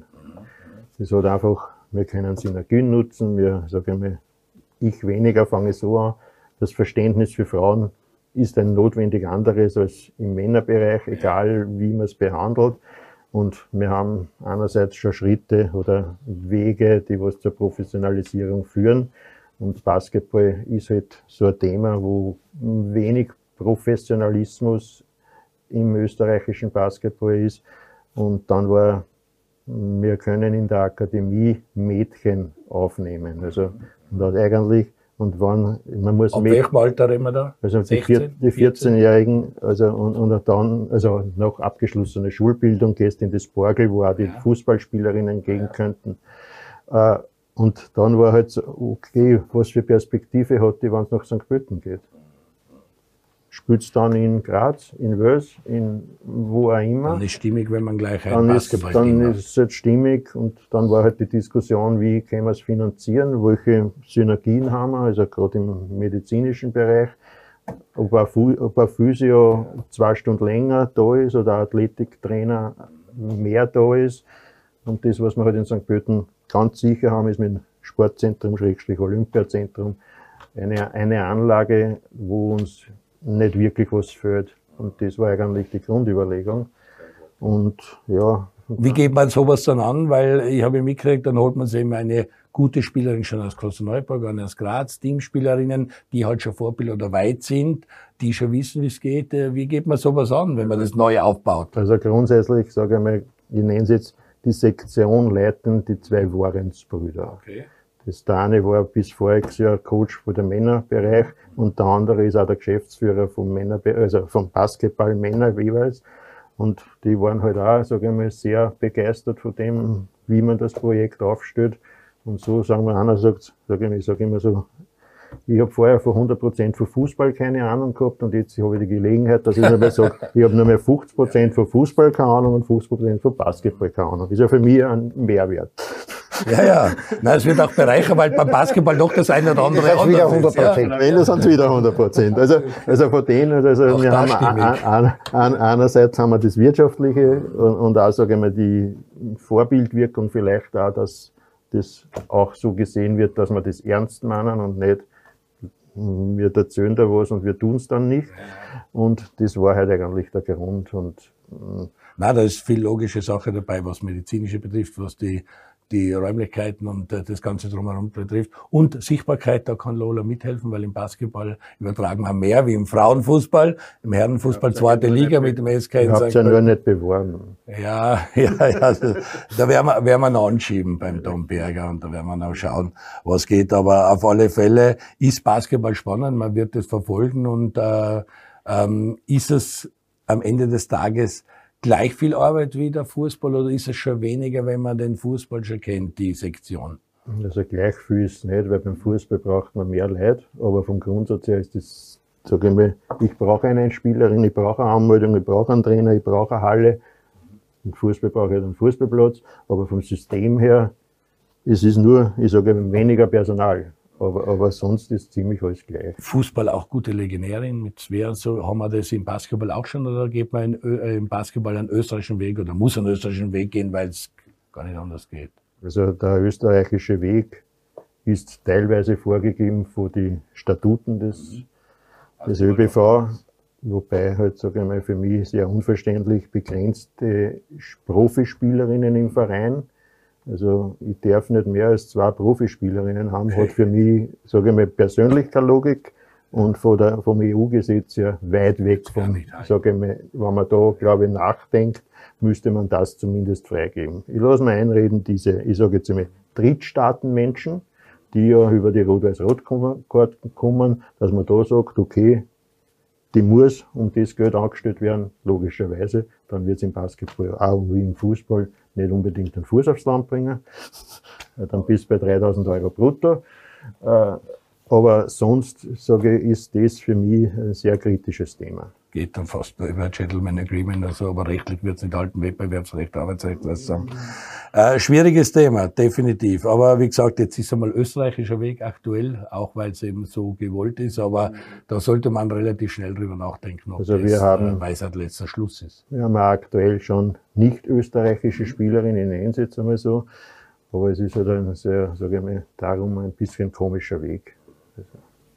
Das hat einfach, wir können Synergien nutzen, wir, sage ich mal, ich weniger fange so an, das Verständnis für Frauen ist ein notwendig anderes als im Männerbereich, egal wie man es behandelt. Und wir haben einerseits schon Schritte oder Wege, die was zur Professionalisierung führen. Und Basketball ist halt so ein Thema, wo wenig Professionalismus im österreichischen Basketball ist. Und dann war, wir können in der Akademie Mädchen aufnehmen. Also, und das eigentlich, und wann, man muss Ab welchem Alter reden wir da? Also die vierzehnjährigen, also, und, und dann, also nach abgeschlossener Schulbildung gehst in das Sporgel, wo auch die ja. Fußballspielerinnen gehen ja. könnten. Äh, Und dann war halt so, okay, was für Perspektive hat die, wenn es nach Sankt Pölten geht? Spielst dann in Graz, in Wels, in wo auch immer. Dann ist stimmig, wenn man gleich ein Dann Basketball ist, dann ist es halt stimmig und dann war halt die Diskussion, wie können wir es finanzieren, welche Synergien haben wir, also gerade im medizinischen Bereich, ob ein, Fu- ob ein Physio zwei Stunden länger da ist oder ein Athletiktrainer mehr da ist. Und das, was wir halt in Sankt Pölten ganz sicher haben, ist mit dem Sportzentrum, Schrägstrich Olympiazentrum, eine, eine Anlage, wo uns nicht wirklich was fehlt. Und das war eigentlich die Grundüberlegung. Und ja. Wie geht man sowas dann an? Weil ich habe mitgekriegt, dann holt man sich eben eine gute Spielerin schon aus Klosterneuburg, eine aus Graz, Teamspielerinnen, die halt schon Vorbild oder weit sind, die schon wissen, wie es geht. Wie geht man sowas an, wenn man das neu aufbaut? Also grundsätzlich, sage ich mal, ich nenne es jetzt, die Sektion leiten die zwei Warrensbrüder. Okay. Das der eine war bis voriges Jahr Coach für den Männerbereich und der andere ist auch der Geschäftsführer vom Männerbe also vom Basketball Männer jeweils. Und die waren halt auch, sage ich mal, sehr begeistert von dem, wie man das Projekt aufstellt. Und so sagen wir, einer sagt, sage ich, ich sage immer so, ich habe vorher von hundert Prozent von Fußball keine Ahnung gehabt und jetzt habe ich die Gelegenheit, dass ich nur mehr sage, ich habe nur mehr fünfzig Prozent von Fußball keine Ahnung und fünfzig Prozent von Basketball keine Ahnung. Das ist ja für mich ein Mehrwert. Ja, ja. Nein, es wird auch bereichern, weil beim Basketball doch das eine oder andere Das ist wieder anders ist. hundert Prozent. Ja. Wenn, das sind wieder hundert Prozent. Also, also von denen, also Auch wir da haben stimmig. an, an, einerseits haben wir das Wirtschaftliche und, und auch, sage ich mal, die Vorbildwirkung vielleicht auch, dass das auch so gesehen wird, dass wir das ernst meinen und nicht, wir erzählen da was und wir tun es dann nicht. Und das war halt eigentlich der Grund. Und, Nein, da ist viel logische Sache dabei, was medizinische betrifft, was die, die Räumlichkeiten und das Ganze drumherum betrifft. Und Sichtbarkeit, da kann Lola mithelfen, weil im Basketball übertragen wir mehr wie im Frauenfußball, im Herrenfußball zweite Liga mit dem S K ich in habe Sankt es ja nur Pölten. nicht beworben. Ja, ja, ja. Also, da werden wir, werden wir noch anschieben beim Tom Berger und da werden wir noch schauen, was geht. Aber auf alle Fälle ist Basketball spannend, man wird es verfolgen und äh, ähm, ist es am Ende des Tages gleich viel Arbeit wie der Fußball oder ist es schon weniger, wenn man den Fußball schon kennt, die Sektion? Also gleich viel ist es nicht, weil beim Fußball braucht man mehr Leute, aber vom Grundsatz her ist das, sage ich mal, ich brauche eine Spielerin, ich brauche eine Anmeldung, ich brauche einen Trainer, ich brauche eine Halle. Im Fußball brauche ich halt einen Fußballplatz, aber vom System her, es ist nur, ich sage weniger Personal. Aber, aber sonst ist ziemlich alles gleich. Fußball auch gute Legionärin mit Svea und so. Haben wir das im Basketball auch schon oder geht man in, Ö- äh, im Basketball einen österreichischen Weg oder muss einen österreichischen Weg gehen, weil es gar nicht anders geht? Also der österreichische Weg ist teilweise vorgegeben von den Statuten des, des ÖBV, wobei halt, sage ich mal, für mich sehr unverständlich begrenzte Profispielerinnen im Verein. Also ich darf nicht mehr als zwei Profispielerinnen haben, hat für mich, sage ich mal, persönlich keine Logik und von der, vom E U-Gesetz ja weit weg von, sage ich mal, wenn man da, glaube ich, nachdenkt, müsste man das zumindest freigeben. Ich lasse mir einreden, diese, ich sage jetzt einmal, Drittstaatenmenschen, die ja über die Rot-Weiß-Rot-Karten kommen, dass man da sagt, okay, die muss um das Geld angestellt werden, logischerweise, dann wird es im Basketball auch wie im Fußball nicht unbedingt den Fuß aufs Land bringen. Dann bist du bei dreitausend Euro brutto. Aber sonst, sage ich, ist das für mich ein sehr kritisches Thema. Geht dann fast nur über Gentleman Agreement, also, aber rechtlich wird es nicht halten, Wettbewerbsrecht, Arbeitsrecht, was zusammen. Äh, schwieriges Thema, definitiv. Aber wie gesagt, jetzt ist einmal österreichischer Weg aktuell, auch weil es eben so gewollt ist, aber da sollte man relativ schnell drüber nachdenken, ob Also das wir haben, äh, Weisheit letzter Schluss ist. Wir haben aktuell schon nicht österreichische Spielerinnen, ich nenne es jetzt einmal so, aber es ist halt ein sehr, sage ich mal, darum ein bisschen komischer Weg. Also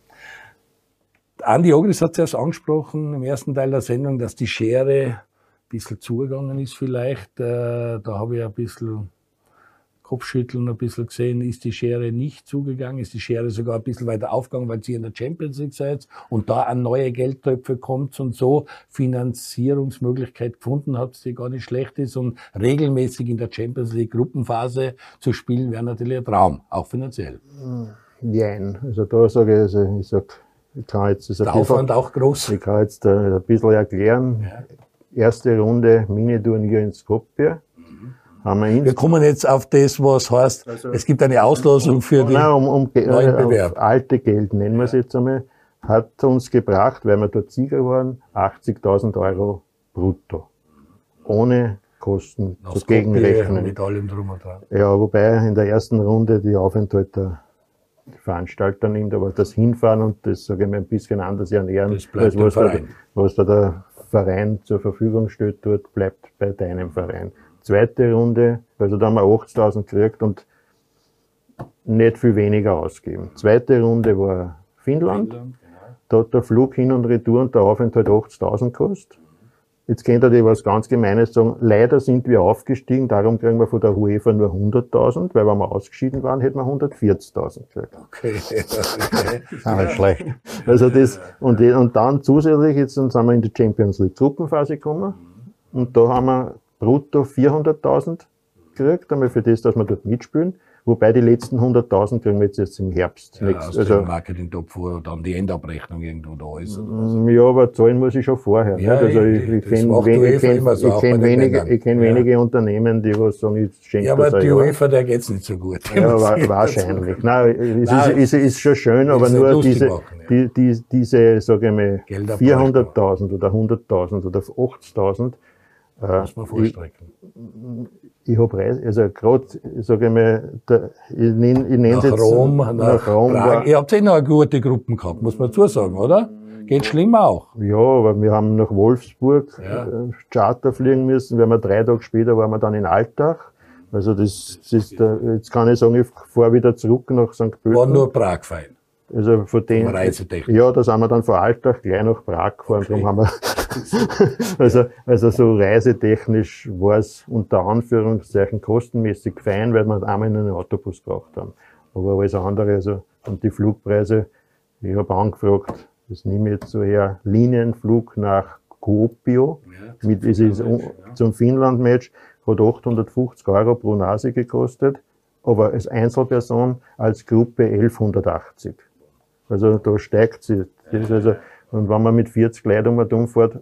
Andi Ogris hat es erst angesprochen im ersten Teil der Sendung, dass die Schere ein bisschen zugegangen ist vielleicht. Äh, da habe ich ein bisschen Kopfschütteln ein bisschen gesehen. Ist die Schere nicht zugegangen? Ist die Schere sogar ein bisschen weiter aufgegangen, weil sie in der Champions League seid und da an neue Geldtöpfe kommt und so Finanzierungsmöglichkeit gefunden habt, die gar nicht schlecht ist und regelmäßig in der Champions League Gruppenphase zu spielen, wäre natürlich ein Traum, auch finanziell. Nein, also da sage ich, also ich sage, ich kann jetzt das Der Aufwand auch groß. Ich kann jetzt ein bisschen erklären. Ja. Erste Runde Mini-Turnier in Skopje. Mhm. haben wir, wir kommen jetzt auf das, was heißt, also, es gibt eine Auslosung für die nein, um, um, neuen Bewerb. Alte Geld, nennen wir es jetzt einmal, hat uns gebracht, weil wir dort Sieger waren, achtzigtausend Euro brutto. Ohne Kosten zu gegenrechnen. Mit allem drum und dran. Ja, wobei in der ersten Runde die Aufenthalt der Veranstalter nimmt, aber das Hinfahren und das, sage ich mal, ein bisschen anders ernähren, das bleibt als was da, Verein. was da der Verein zur Verfügung stellt, dort bleibt bei deinem Verein. Zweite Runde, also da haben wir achtzigtausend gekriegt und nicht viel weniger ausgeben. Zweite Runde war Finnland, Finnland genau. Da hat der Flug hin und retour und der Aufenthalt achtzigtausend gekostet. Jetzt könnt ihr dir was ganz Gemeines sagen. Leider sind wir aufgestiegen, darum kriegen wir von der UEFA nur hunderttausend, weil wenn wir ausgeschieden waren, hätten wir hundertvierzigtausend gekriegt. Okay. Ist auch nicht schlecht. Also das, und, und dann zusätzlich, jetzt sind wir in die Champions League Gruppenphase gekommen, und da haben wir brutto vierhunderttausend gekriegt, einmal für das, dass wir dort mitspielen. Wobei die letzten hunderttausend kriegen wir jetzt, jetzt im Herbst. Ja, aus also, dem Marketing-Top vor, dann die Endabrechnung irgendwo da ist. Oder ja, aber zahlen muss ich schon vorher. Ja, also ich, ich, ich kenne wen, kenn, so, kenn wenige, ich kenn ja. wenige Unternehmen, die was sagen, ich schenke ja, aber das die UEFA, der geht's nicht so gut. Ja, aber wahrscheinlich. Nein, es Nein, ist, ist, ist schon schön, aber nur diese, machen, ja. die, die, diese, sage ich mal, vierhunderttausend oder hunderttausend oder achtzigtausend, äh, muss man vorstrecken. Ich, ich habe also gerade, sage ich mal, der, ich nenne ich nenn nach jetzt Rom, nach, nach Rom. Prag. Ihr habt eh noch eine gute Gruppen gehabt, muss man zusagen, oder? Geht schlimm auch. Ja, aber wir haben nach Wolfsburg ja. äh, Charter fliegen müssen, weil wir drei Tage später waren wir dann in Altach. Also das, das ist, der, jetzt kann ich sagen, ich fahre wieder zurück nach Sankt Pölten. War nur Prag fein. Also von dem, ja, da sind wir dann von Altach gleich nach Prag gefahren, okay. Darum haben wir, also, also so reisetechnisch war es unter Anführungszeichen kostenmäßig fein, weil wir einmal in einen Autobus gebraucht haben. Aber alles andere, also, und die Flugpreise, ich habe angefragt, das nehme ich jetzt so her, Linienflug nach Kuopio, ja, mit, es ist um, zum Finnland-Match, hat achthundertfünfzig Euro pro Nase gekostet, aber als Einzelperson, als Gruppe elfhundertachtzig. Also da steigt sie. Das also, und wenn man mit vierzig Leuten um und um fährt,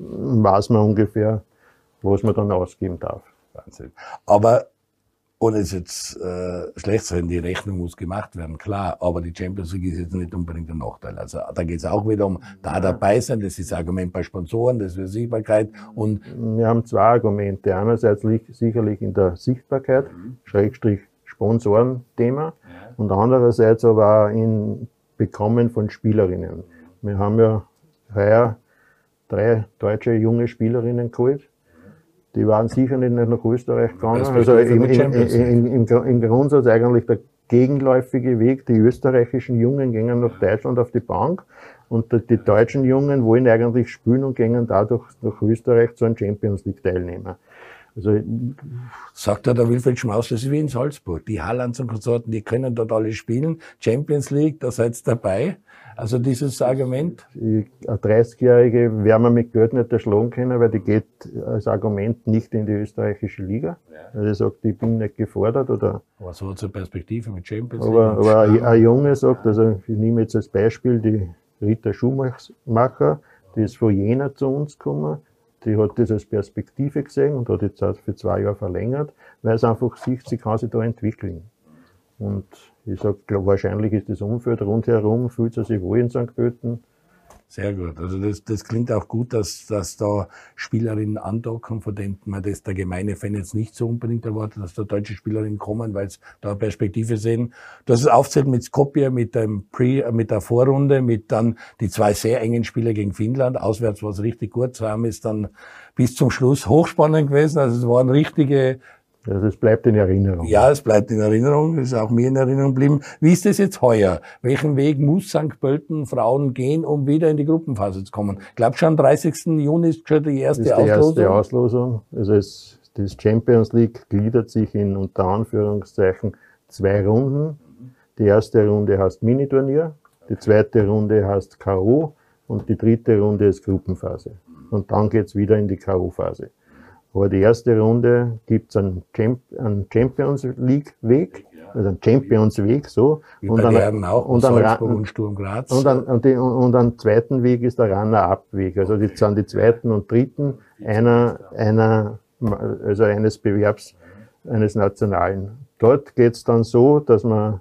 weiß man ungefähr, was man dann ausgeben darf. Wahnsinn. Aber ohne es jetzt äh, schlecht zu sein, die Rechnung muss gemacht werden, klar, aber die Champions League ist jetzt nicht unbedingt ein Nachteil. Also da geht es auch wieder um da dabei sein, das ist das Argument bei Sponsoren, das ist Sichtbarkeit. Und wir haben zwei Argumente. Einerseits liegt sicherlich in der Sichtbarkeit, Schrägstrich Sponsorenthema, und andererseits aber auch in Bekommen von Spielerinnen. Wir haben ja heuer drei deutsche junge Spielerinnen geholt. Die waren sicher nicht nach Österreich gegangen. Also im, im, im, im, im Grundsatz eigentlich der gegenläufige Weg. Die österreichischen Jungen gehen nach Deutschland auf die Bank und die deutschen Jungen wollen eigentlich spielen und gehen dadurch nach Österreich zu einem Champions League Teilnehmer. Also, sagt ja der Wilfried Schmaus, das ist wie in Salzburg. Die Haalands und Konsorten, die können dort alle spielen. Champions League, da seid ihr dabei. Also dieses Argument. Eine dreißigjährige werden wir mit Geld nicht erschlagen können, weil die geht als Argument nicht in die österreichische Liga. Ja. Also sagt, ich bin nicht gefordert. Oder aber so hat es eine Perspektive mit Champions League. Aber, aber ein, ein Junge sagt, also ich nehme jetzt als Beispiel die Rita Schumacher, die ist von Jena zu uns gekommen. Die hat das als Perspektive gesehen und hat jetzt auch für zwei Jahre verlängert, weil es einfach sieht, sie kann sich da entwickeln. Und ich sage, wahrscheinlich ist das Umfeld rundherum, fühlt sie sich wohl in Sankt Pölten. Sehr gut. Also das, das klingt auch gut, dass, dass da Spielerinnen andocken, von denen man das der gemeine Fan jetzt nicht so unbedingt erwartet, dass da deutsche Spielerinnen kommen, weil sie da eine Perspektive sehen. Du hast es aufgezählt mit Skopje, mit dem Pre, mit der Vorrunde, mit dann die zwei sehr engen Spiele gegen Finnland. Auswärts war es richtig gut. Sam ist dann bis zum Schluss hochspannend gewesen. Also es waren richtige. Also es bleibt in Erinnerung. Ja, es bleibt in Erinnerung. Es ist auch mir in Erinnerung geblieben. Wie ist das jetzt heuer? Welchen Weg muss Sankt Pölten Frauen gehen, um wieder in die Gruppenphase zu kommen? Ich glaube schon am dreißigsten Juni ist schon die erste das ist die Auslosung. erste Auslosung. Also es, das Champions League gliedert sich in unter Anführungszeichen zwei Runden. Die erste Runde heißt Miniturnier, die zweite Runde heißt K O und die dritte Runde ist Gruppenphase. Und dann geht's wieder in die K O-Phase. Aber die erste Runde gibt's einen, Champ einen Champions League Weg, also einen Champions Weg, so. Wie und bei dann, auch, und dann Salzburg und Sturm Graz. Und dann, und, die, und dann zweiten Weg ist der Runner-Up-Weg. Also die sind die zweiten und dritten einer, einer, also eines Bewerbs eines Nationalen. Dort geht es dann so, dass man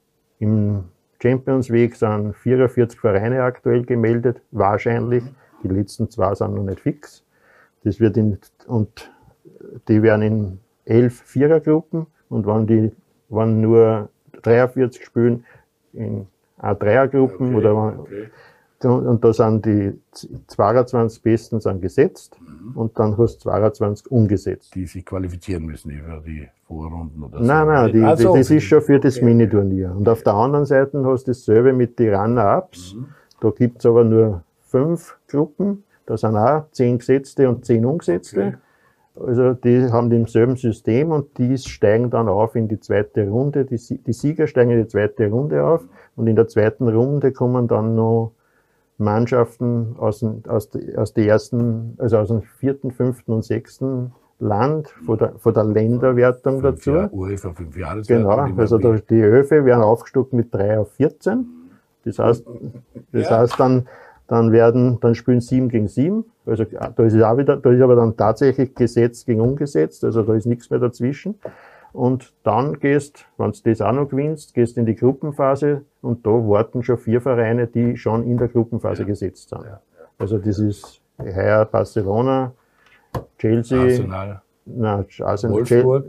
im Champions League sind vierundvierzig Vereine aktuell gemeldet, wahrscheinlich. Die letzten zwei sind noch nicht fix. Das wird in, und die werden in elf Vierergruppen und wenn die wenn nur dreiundvierzig spielen, in A Dreiergruppen Okay, oder okay. und da sind die zweiundzwanzig Besten sind gesetzt mhm. und dann hast du zweiundzwanzig umgesetzt. Die sich qualifizieren müssen über die Vorrunden oder so. Nein, nein, die, also, das ist schon für das okay. Miniturnier. Und auf der anderen Seite hast du dasselbe mit den Runner-Ups. Mhm. Da gibt es aber nur fünf Gruppen. Da sind auch zehn Gesetzte und zehn Ungesetzte. Okay. Also die haben denselben System und die steigen dann auf in die zweite Runde. Die, die Sieger steigen in die zweite Runde auf und in der zweiten Runde kommen dann noch Mannschaften aus, den, aus, die, aus der ersten, also aus dem vierten, fünften und sechsten Land von der, von der Länderwertung fünf dazu. Jahr, UEFA fünf Jahreswertung. Genau, also da, die Öfe werden aufgestockt mit drei auf vierzehn. Das heißt, das ja. heißt dann, dann werden, dann spielen sieben gegen sieben. Also da ist es auch wieder, da ist aber dann tatsächlich Gesetz gegen Ungesetzt, also da ist nichts mehr dazwischen. Und dann gehst, wenn du das auch noch gewinnst, gehst in die Gruppenphase und da warten schon vier Vereine, die schon in der Gruppenphase ja. gesetzt sind. Ja, ja. Also das ist heuer Barcelona, Chelsea, Arsenal, nein, Arsenal Wolfsburg.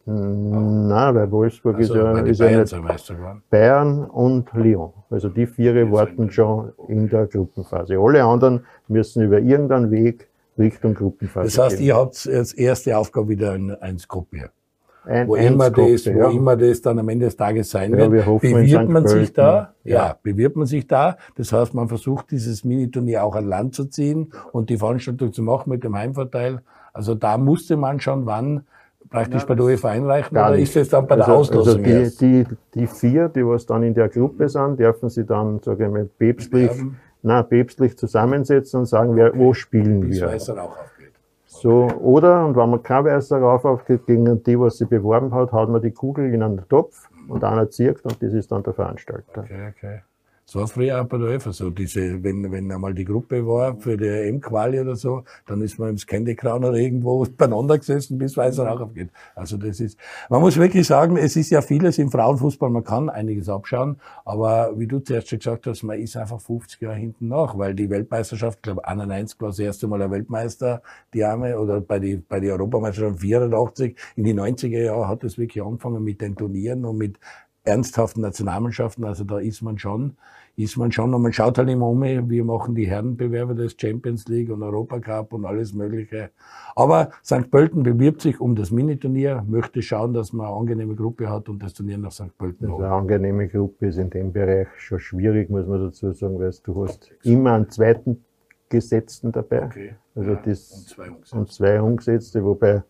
Nein, weil Wolfsburg also, ist ja, weil ist Bayern, ja nicht so Meister geworden. Bayern und Lyon. Also die vier warten schon in der Gruppenphase. Alle anderen müssen über irgendeinen Weg Richtung Gruppenphase Das heißt, gehen. ihr habt als erste Aufgabe wieder ein Eins-Gruppe. Ein, wo immer das, wo ja. immer das dann am Ende des Tages sein ja, wird. Wir hoffen, bewirbt man sich da? Ja. ja, bewirbt man sich da. Das heißt, man versucht, dieses Miniturnier auch an Land zu ziehen und die Veranstaltung zu machen mit dem Heimvorteil. Also da musste man schon wann praktisch ja, bei der UEFA einreichen oder nicht. ist es dann bei der also, Auslosung also die, die, die vier, die was dann in der Gruppe sind, dürfen sie dann, sage ich mal, päpstlich, nein, päpstlich zusammensetzen und sagen, wer, wo spielen Bis wir. Weißer Rauch aufgeht. So, oder, und wenn man kein weißer Rauch aufgeht, gegen die, was sie beworben hat, haut man die Kugel in einen Topf und einer zirkt und das ist dann der Veranstalter. Okay, okay. So war früher auch bei der UEFA so. Diese, wenn, wenn einmal die Gruppe war für die E M-Quali oder so, dann ist man im Candy Crown oder irgendwo beieinander gesessen, bis Weißer Rauch aufgeht. Also das ist, man muss wirklich sagen, es ist ja vieles im Frauenfußball, man kann einiges abschauen, aber wie du zuerst schon gesagt hast, man ist einfach fünfzig Jahre hinten nach, weil die Weltmeisterschaft, ich glaube einundneunzig war das erste Mal ein Weltmeister, die Arme, oder bei die, bei die Europameisterschaft vierundachtzig, in die neunziger Jahre hat es wirklich angefangen mit den Turnieren und mit ernsthaften Nationalmannschaften, also da ist man schon, ist man schon, und man schaut halt immer um, wir machen die Herrenbewerbe des Champions League und Europacup und alles Mögliche. Aber Sankt Pölten bewirbt sich um das Miniturnier, möchte schauen, dass man eine angenehme Gruppe hat und das Turnier nach Sankt Pölten holt. Eine angenehme Gruppe ist in dem Bereich schon schwierig, muss man dazu sagen, weil du hast immer einen zweiten Gesetzten dabei. Okay. Also ja, das, und, zwei Ungesetzte. und zwei Ungesetzte, wobei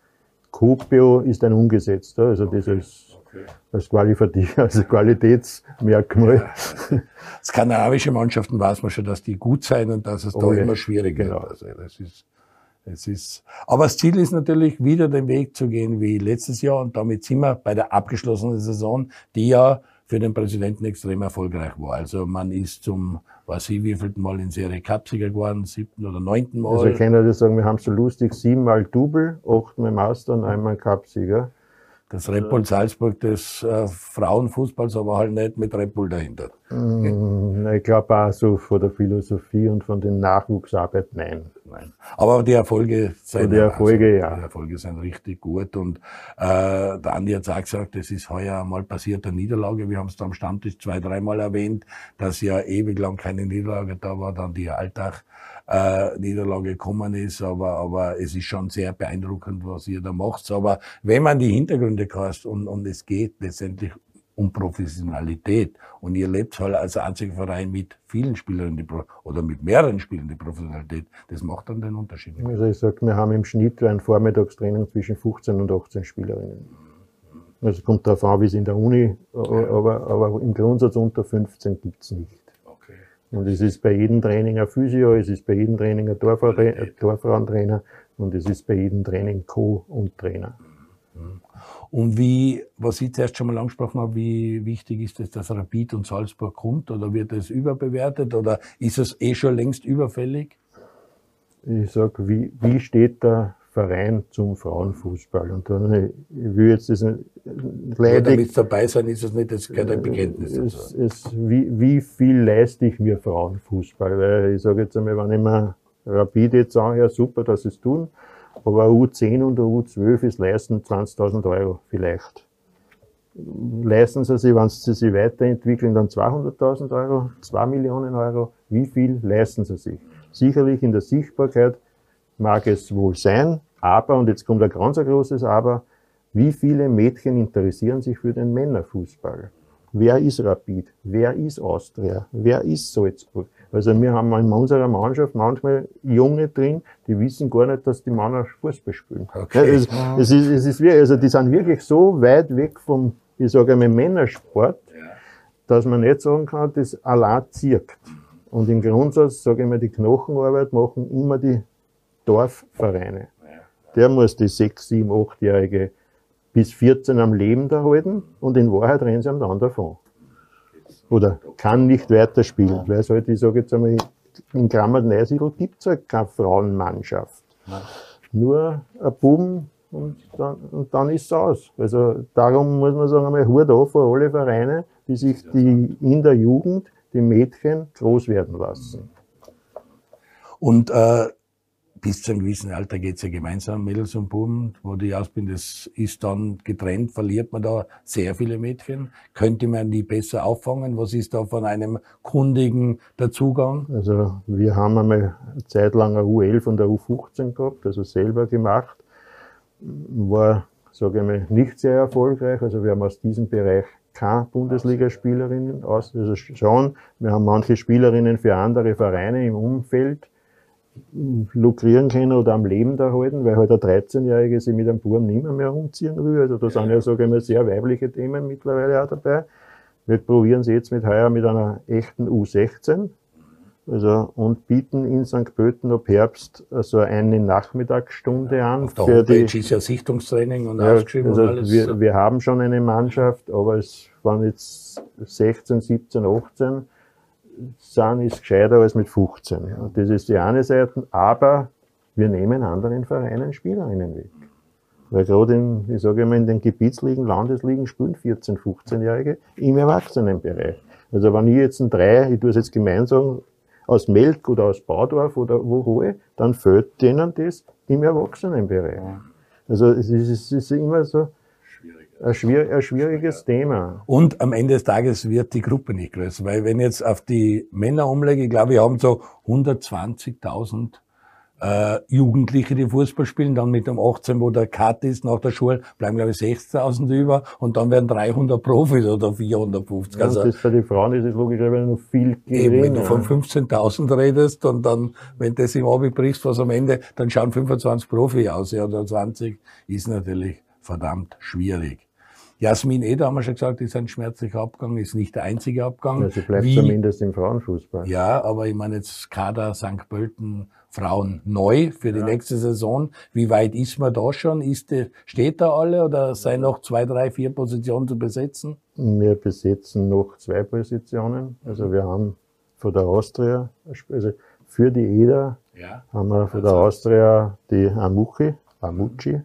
Kupio ist ein Ungesetzter, also okay. das ist Okay. Als, als Qualitätsmerkmal. Ja, skandinavische Mannschaften weiß man schon, dass die gut sein und dass es oh, da ja. immer schwierig genau. wird. Also das ist, das ist, aber das Ziel ist natürlich, wieder den Weg zu gehen wie letztes Jahr und damit sind wir bei der abgeschlossenen Saison, die ja für den Präsidenten extrem erfolgreich war. Also man ist zum, weiß ich, wievielten Mal in Serie Cup-Sieger geworden, siebten oder neunten Mal. Also ich kann ja das sagen, wir haben so lustig siebenmal Double, achtmal Meister und einmal Cup-Sieger. Das Red Bull Salzburg des äh, Frauenfußballs, aber halt nicht mit Red Bull dahinter. Mm, ich glaube auch so von der Philosophie und von den Nachwuchsarbeit, nein. Nein. Aber die Erfolge sind, die Erfolge, also, ja. Die Erfolge sind richtig gut. Und äh, der Andi hat auch gesagt, es ist heuer mal passiert eine Niederlage. Wir haben es da am Stammtisch zwei, dreimal erwähnt, dass ja ewig lang keine Niederlage da war, dann die Alltag Äh, Niederlage gekommen ist, aber, aber es ist schon sehr beeindruckend, was ihr da macht. Aber wenn man die Hintergründe kannst und, und es geht letztendlich um Professionalität und ihr lebt halt als einziger Verein mit vielen Spielern die Pro oder mit mehreren Spielern die Professionalität, das macht dann den Unterschied. Also ich sag, wir haben im Schnitt ein Vormittagstraining zwischen fünfzehn und achtzehn Spielerinnen. Also es kommt darauf an, wie es in der Uni, aber, aber im Grundsatz unter fünfzehn gibt's nicht. Und es ist bei jedem Training ein Physio, es ist bei jedem Training ein Torfrauentrainer und es ist bei jedem Training Co- und Trainer. Und wie, was ich zuerst schon mal angesprochen habe, wie wichtig ist es, dass Rapid und Salzburg kommt? Oder wird es überbewertet? Oder ist es eh schon längst überfällig? Ich sag, wie, wie steht der Verein zum Frauenfußball. Und dann, ich will jetzt das leider damit dabei sein, ist es nicht das kein Bekenntnis. Es, es, wie, wie viel leiste ich mir Frauenfußball? Weil ich sage jetzt einmal, wenn ich mir Rapid jetzt anhöre, super, dass sie es tun, aber U zehn und U zwölf ist leisten zwanzigtausend Euro vielleicht. Leisten sie sich, wenn sie sich weiterentwickeln, dann zweihunderttausend Euro, zwei Millionen Euro. Wie viel leisten sie sich? Sicherlich in der Sichtbarkeit mag es wohl sein, aber, und jetzt kommt ein ganz großes Aber, wie viele Mädchen interessieren sich für den Männerfußball? Wer ist Rapid? Wer ist Austria? Wer ist Salzburg? Also wir haben in unserer Mannschaft manchmal Junge drin, die wissen gar nicht, dass die Männer Fußball spielen. Okay. Es, es, ist, es ist wirklich, also die sind wirklich so weit weg vom, ich sage einmal, Männersport, ja, dass man nicht sagen kann, das allein zirkt. Und im Grundsatz, sage ich mal, die Knochenarbeit machen immer die Dorfvereine. Der muss die sechs, sieben, achtjährige bis vierzehn am Leben da halten und in Wahrheit rennen sie am anderen davon. Oder kann nicht weiterspielen, weil es halt, ich sage jetzt einmal, in Krammert-Neusiedl gibt es halt keine Frauenmannschaft. Nein. Nur ein Buben und dann, und dann ist es aus. Also darum muss man sagen, einmal Hut auf vor alle Vereine, die sich die in der Jugend die Mädchen groß werden lassen. Und äh, bis zu einem gewissen Alter geht es ja gemeinsam, Mädels und Buben, wo die Ausbildung, das ist dann getrennt, verliert man da sehr viele Mädchen. Könnte man die besser auffangen? Was ist da von einem Kundigen der Zugang? Also wir haben einmal eine Zeit lang eine U elf und eine U fünfzehn gehabt, also selber gemacht. War, sage ich mal, nicht sehr erfolgreich. Also wir haben aus diesem Bereich keine Bundesligaspielerinnen aus, also schon. Wir haben manche Spielerinnen für andere Vereine im Umfeld lukrieren können oder am Leben da halten, weil halt der dreizehnjährige sich mit einem Buben nicht mehr, mehr umziehen will. Also da sind ja, sage ich mal, sehr weibliche Themen mittlerweile auch dabei. Wir probieren sie jetzt mit heuer mit einer echten U sechzehn. Also, und bieten in Sankt Pölten ab Herbst so eine Nachmittagsstunde an. Auf der für Homepage die, ist ja Sichtungstraining und ja, ausgeschrieben also und alles. Wir, wir haben schon eine Mannschaft, aber es waren jetzt sechzehn, siebzehn, achtzehn. Sind ist gescheiter als mit fünfzehn. Und das ist die eine Seite, aber wir nehmen anderen Vereinen Spielerinnen weg. Weil gerade in, ich sage immer, in den Gebietsligen, Landesligen spielen vierzehn-, fünfzehnjährige im Erwachsenenbereich. Also wenn ich jetzt ein drei, ich tue es jetzt gemeinsam, aus Melk oder aus Baudorf oder wo hole, dann fehlt denen das im Erwachsenenbereich. Also es ist, es ist immer so, Ein, schwierig, ein schwieriges Thema. Und am Ende des Tages wird die Gruppe nicht größer, weil wenn ich jetzt auf die Männer umlege, ich glaube, wir haben so hundertzwanzigtausend äh, Jugendliche, die Fußball spielen, dann mit dem achtzehn, wo der Cut ist, nach der Schule, bleiben glaube ich sechstausend über und dann werden dreihundert Profis oder vierhundertfünfzig. Ja, also, das für die Frauen ist es logischerweise noch viel geringer. Eben, wenn du von fünfzehntausend redest und dann, wenn das im Abi brichst, was am Ende, dann schauen fünfundzwanzig Profi aus, ja, oder zwanzig, ist natürlich verdammt schwierig. Jasmin Eder, haben wir schon gesagt, ist ein schmerzlicher Abgang, ist nicht der einzige Abgang. Ja, sie bleibt Wie, zumindest im Frauenfußball. Ja, aber ich meine jetzt Kader Sankt Pölten Frauen neu für die ja. nächste Saison. Wie weit ist man da schon? Ist die, steht da alle oder seien noch zwei, drei, vier Positionen zu besetzen? Wir besetzen noch zwei Positionen. Also wir haben von der Austria, also für die Eder ja. haben wir von der Austria die Amuchi, Amuchi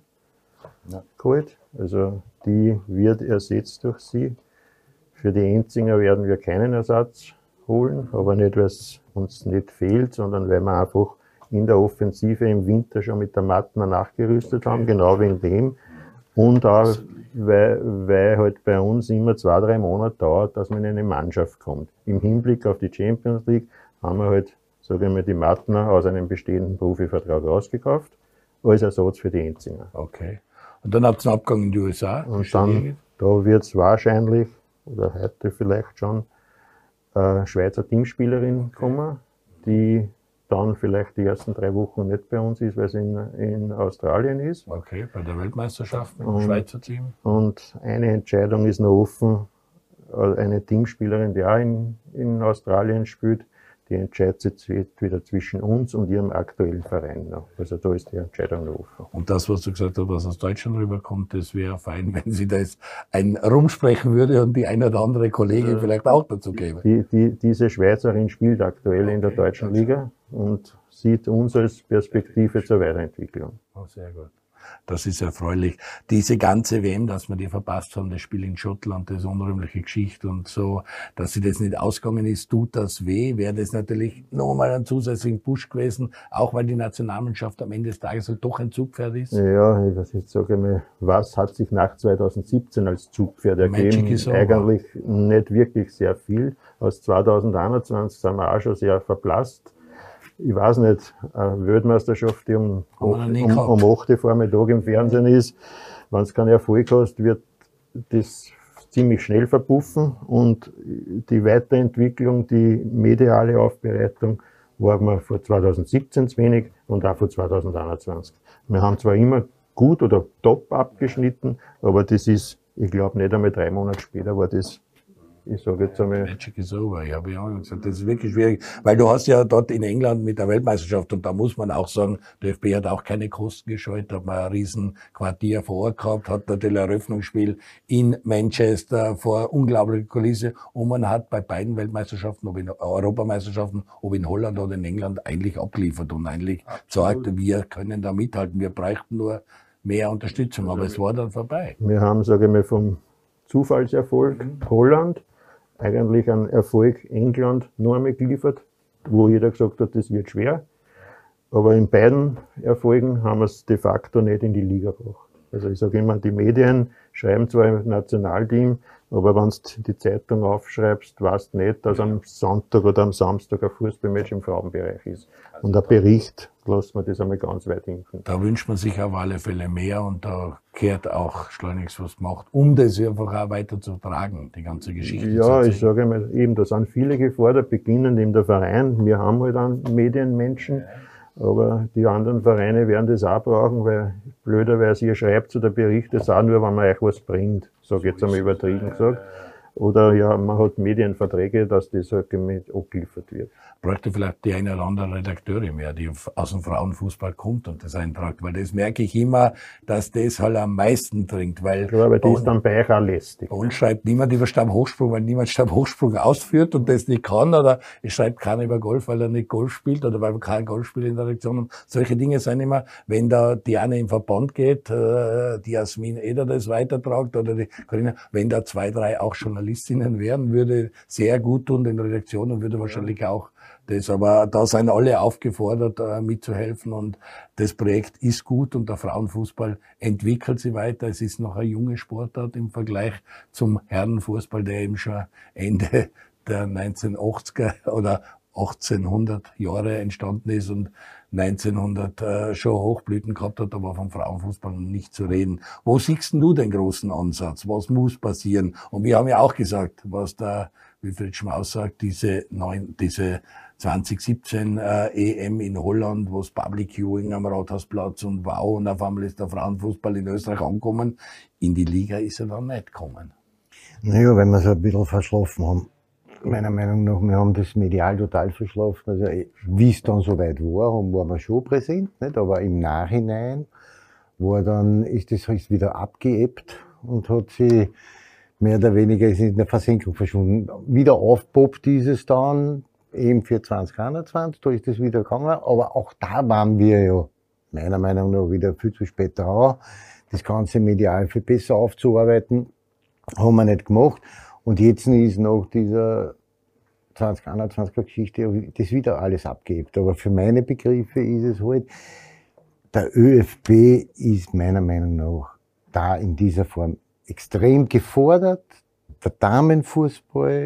ja. geholt. Also die wird ersetzt durch sie. Für die Enzinger werden wir keinen Ersatz holen, aber nicht, weil es uns nicht fehlt, sondern weil wir einfach in der Offensive im Winter schon mit der Mattner nachgerüstet okay. haben, genau wegen dem. Und auch, weil, weil halt bei uns immer zwei, drei Monate dauert, dass man in eine Mannschaft kommt. Im Hinblick auf die Champions League haben wir halt, sage ich mal, die Mattner aus einem bestehenden Profivertrag rausgekauft, als Ersatz für die Enzinger. Okay. Und dann habt ihr einen Abgang in die U S A. Und dann, da wird es wahrscheinlich, oder heute vielleicht schon, eine Schweizer Teamspielerin kommen, die dann vielleicht die ersten drei Wochen nicht bei uns ist, weil sie in, in Australien ist. Okay, bei der Weltmeisterschaft mit dem und, Schweizer Team. Und eine Entscheidung ist noch offen, eine Teamspielerin, die auch in, in Australien spielt, die entscheidet jetzt wieder zwischen uns und ihrem aktuellen Verein noch. Also da ist die Entscheidung noch offen. Und das, was du gesagt hast, was aus Deutschland rüberkommt, das wäre fein, wenn sie das ein rumsprechen würde und die eine oder andere Kollegin vielleicht auch dazu gäbe. Die, die, diese Schweizerin spielt aktuell okay, in der deutschen Liga und sieht uns als Perspektive zur Weiterentwicklung. Oh, sehr gut. Das ist erfreulich. Diese ganze W M, dass wir die verpasst haben, das Spiel in Schottland, das ist eine unrühmliche Geschichte und so, dass sie das nicht ausgegangen ist, tut das weh, wäre das natürlich nochmal ein zusätzlichen Push gewesen, auch weil die Nationalmannschaft am Ende des Tages halt doch ein Zugpferd ist. Ja, ich weiß jetzt sage mal, was hat sich nach zweitausendsiebzehn als Zugpferd ergeben? Eigentlich nicht wirklich sehr viel. Aus zweitausendeinundzwanzig sind wir auch schon sehr verblasst. Ich weiß nicht, eine Weltmeisterschaft, die um, um, um acht Uhr Vormittag im Fernsehen ist, wenn es keinen Erfolg hast, wird das ziemlich schnell verpuffen und die Weiterentwicklung, die mediale Aufbereitung war mir vor zweitausendsiebzehn zu wenig und auch vor zweitausendeinundzwanzig. Wir haben zwar immer gut oder top abgeschnitten, aber das ist, ich glaube, nicht einmal drei Monate später war das. Ich sage jetzt einmal. Magic is over. Ich habe ja auch gesagt, das ist wirklich schwierig. Weil du hast ja dort in England mit der Weltmeisterschaft und da muss man auch sagen, der F B hat auch keine Kosten gescheut, hat man ein riesen Quartier vor Ort gehabt, hat natürlich ein Eröffnungsspiel in Manchester vor unglaublicher Kulisse und man hat bei beiden Weltmeisterschaften, ob in Europameisterschaften, ob in Holland oder in England eigentlich abgeliefert und eigentlich gesagt, wir können da mithalten, wir bräuchten nur mehr Unterstützung, aber es war dann vorbei. Wir haben, sage ich mal, vom Zufallserfolg Holland eigentlich einen Erfolg England nur einmal geliefert, wo jeder gesagt hat, das wird schwer. Aber in beiden Erfolgen haben wir es de facto nicht in die Liga gebracht. Also ich sage immer, die Medien schreiben zwar im Nationalteam, aber wenn du die Zeitung aufschreibst, weißt du nicht, dass am Sonntag oder am Samstag ein Fußballmatch im Frauenbereich ist. Und ein Bericht lässt man das einmal ganz weit hinten. Da wünscht man sich auf alle Fälle mehr und da kehrt auch schleunigst was gemacht, um das einfach auch weiter zu tragen, die ganze Geschichte. Ja, ich sage mal, eben, da sind viele gefordert, beginnend in der Verein. Wir haben halt einen Medienmenschen. Aber die anderen Vereine werden das auch brauchen, weil blöderweise ihr schreibt zu der Bericht, das auch nur, wenn man euch was bringt, sage ich jetzt einmal übertrieben gesagt. Oder ja, man hat Medienverträge, dass das halt mit abgeliefert wird. Bräuchte vielleicht die eine oder andere Redakteurin mehr, die aus dem Frauenfußball kommt und das eintragt, weil das merke ich immer, dass das halt am meisten dringt, weil... Ja, aber die ist dann bei euch auch lästig. Bei uns schreibt niemand über Stabhochsprung, weil niemand Stabhochsprung ausführt und das nicht kann, oder es schreibt keiner über Golf, weil er nicht Golf spielt oder weil wir kein Golf spielt in der Redaktion haben. Solche Dinge sind immer, wenn da die eine im Verband geht, die Jasmin Eder das weitertragt oder die Corinna, wenn da zwei, drei auch Journalistinnen wären, würde sehr gut tun in der Redaktion und würde wahrscheinlich auch das, aber da sind alle aufgefordert, äh, mitzuhelfen und das Projekt ist gut und der Frauenfußball entwickelt sich weiter. Es ist noch eine junge Sportart im Vergleich zum Herrenfußball, der eben schon Ende der neunzehnhundertachtziger oder achtzehnhundert Jahre entstanden ist und neunzehnhundert äh, schon Hochblüten gehabt hat, aber vom Frauenfußball nicht zu reden. Wo siehst du den großen Ansatz? Was muss passieren? Und wir haben ja auch gesagt, was der Wilfried Schmaus sagt, diese neun, diese zwanzig siebzehn äh, E M in Holland, wo es Public Viewing am Rathausplatz und wow, und auf einmal ist der Frauenfußball in Österreich angekommen. In die Liga ist er dann nicht gekommen. Naja, wenn wir es ein bisschen verschlafen haben. Meiner Meinung nach, wir haben das medial total verschlafen. Also, wie es dann soweit war, waren wir schon präsent, nicht? Aber im Nachhinein war dann, ist das halt wieder abgeebbt und hat sich mehr oder weniger ist in der Versenkung verschwunden. Wieder aufpoppt dieses dann, eben für zwanzig einundzwanzig, da ist das wieder gegangen. Aber auch da waren wir ja, meiner Meinung nach, wieder viel zu spät dran. Das Ganze medial viel besser aufzuarbeiten, haben wir nicht gemacht. Und jetzt ist nach dieser zwanzig einundzwanziger Geschichte das wieder alles abgehebt. Aber für meine Begriffe ist es halt, der ÖFB ist meiner Meinung nach da in dieser Form extrem gefordert. Der Damenfußball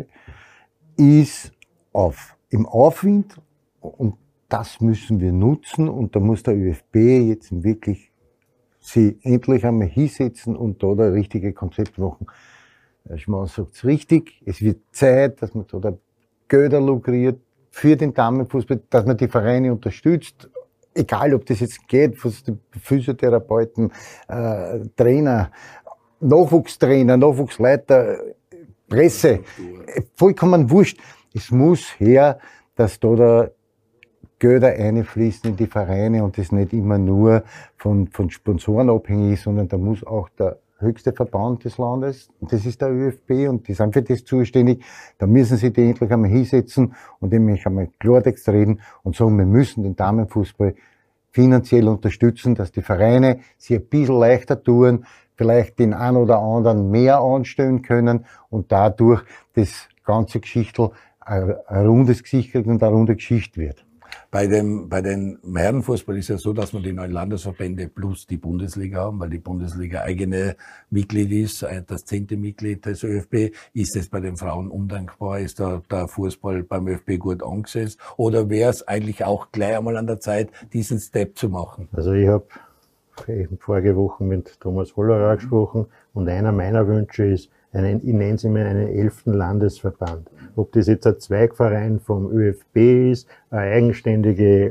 ist auf, im Aufwind und das müssen wir nutzen und da muss der ÖFB jetzt wirklich sie endlich einmal hinsetzen und da das richtige Konzept machen. Herr Schmaus sagt es richtig, es wird Zeit, dass man da Gelder lukriert für den Damenfußball, dass man die Vereine unterstützt, egal ob das jetzt geht, Physiotherapeuten, äh, Trainer, Nachwuchstrainer, Nachwuchsleiter, Presse, vollkommen wurscht. Es muss her, dass da, da Gelder einfließen in die Vereine und das nicht immer nur von, von Sponsoren abhängig ist, sondern da muss auch der höchste Verband des Landes, und das ist der ÖFB, und die sind für das zuständig. Da müssen sie die endlich einmal hinsetzen und nämlich einmal Klartext reden und sagen, wir müssen den Damenfußball finanziell unterstützen, dass die Vereine sich ein bisschen leichter tun, vielleicht den einen oder anderen mehr anstellen können und dadurch das ganze Geschichtel ein, ein rundes Gesicht kriegt und eine runde Geschichte wird. Bei dem, bei den Herrenfußball ist ja so, dass wir die neuen Landesverbände plus die Bundesliga haben, weil die Bundesliga eigene Mitglied ist, das zehnte Mitglied des ÖFB. Ist es bei den Frauen undankbar? Ist da der Fußball beim ÖFB gut angesetzt? Oder wäre es eigentlich auch gleich einmal an der Zeit, diesen Step zu machen? Also ich habe vorige Woche mit Thomas Hollerer gesprochen und einer meiner Wünsche ist, einen, ich nenne es immer einen elften Landesverband. Ob das jetzt ein Zweigverein vom ÖFB ist, eine eigenständige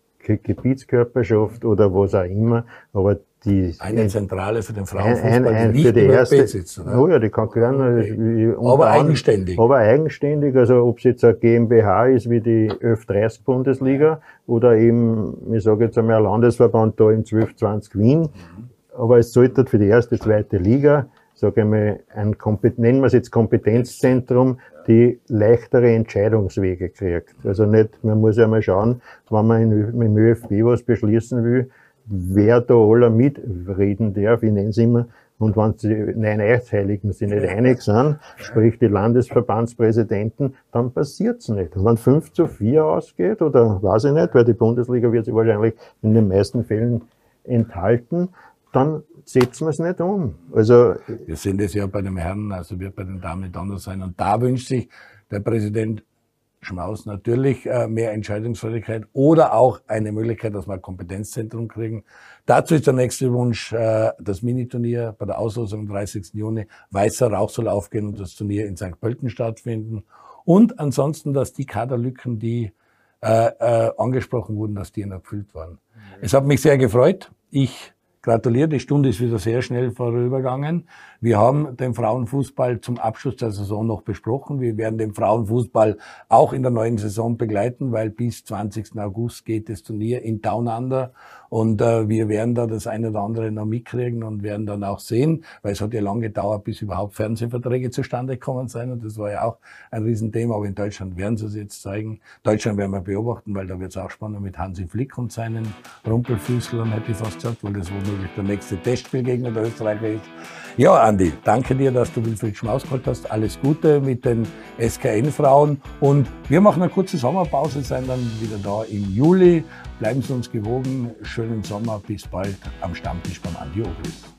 Gebietskörperschaft oder was auch immer, aber die... Eine Zentrale für den Frauenfußball, ein, ein, ein, die nicht für die im erste, ÖFB sitzt, oder? Oh ja, die kann gerne... Okay. Aber eigenständig. Aber eigenständig, also ob es jetzt eine GmbH ist wie die Ö F dreißig Bundesliga oder eben, ich sage jetzt einmal, ein Landesverband da im zwölf zwanzig Wien, mhm. aber es sollte für die erste, zweite Liga, sage ich mal, ein, nennen wir es jetzt Kompetenzzentrum, die leichtere Entscheidungswege kriegt. Also nicht, man muss ja mal schauen, wenn man in, mit dem ÖFB was beschließen will, wer da aller mitreden darf, ich nenne es immer, und wenn die nein Eidheiligen sich nicht einig sind, sprich die Landesverbandspräsidenten, dann passiert's nicht. Und wenn fünf zu vier ausgeht, oder weiß ich nicht, weil die Bundesliga wird sich wahrscheinlich in den meisten Fällen enthalten, dann setzen wir es nicht um. Also, wir sehen das ja bei den Herren, also wird bei den Damen nicht anders sein. Und da wünscht sich der Präsident Schmaus natürlich äh, mehr Entscheidungsfähigkeit oder auch eine Möglichkeit, dass wir ein Kompetenzzentrum kriegen. Dazu ist der nächste Wunsch äh, das Miniturnier bei der Auslosung am dreißigsten Juni. Weißer Rauch soll aufgehen und das Turnier in Sankt Pölten stattfinden. Und ansonsten, dass die Kaderlücken, die äh, äh, angesprochen wurden, dass die erfüllt waren. Mhm. Es hat mich sehr gefreut. Ich gratuliere, die Stunde ist wieder sehr schnell vorübergegangen. Wir haben den Frauenfußball zum Abschluss der Saison noch besprochen. Wir werden den Frauenfußball auch in der neuen Saison begleiten, weil bis zwanzigsten August geht das Turnier in Down Under. Und äh, wir werden da das eine oder andere noch mitkriegen und werden dann auch sehen, weil es hat ja lange gedauert, bis überhaupt Fernsehverträge zustande gekommen sind. Und das war ja auch ein Riesenthema. Aber in Deutschland werden sie es jetzt zeigen. Deutschland werden wir beobachten, weil da wird es auch spannend mit Hansi Flick und seinen Rumpelfüßlern, hätte ich fast gesagt, weil das womöglich der nächste Testspielgegner der Österreicher ist. Ja, Andi, danke dir, dass du Wilfried Schmaus geholt hast. Alles Gute mit den S K N-Frauen. Und wir machen eine kurze Sommerpause, sind dann wieder da im Juli. Bleiben Sie uns gewogen. Schönen Sommer. Bis bald am Stammtisch beim Andi Ogris.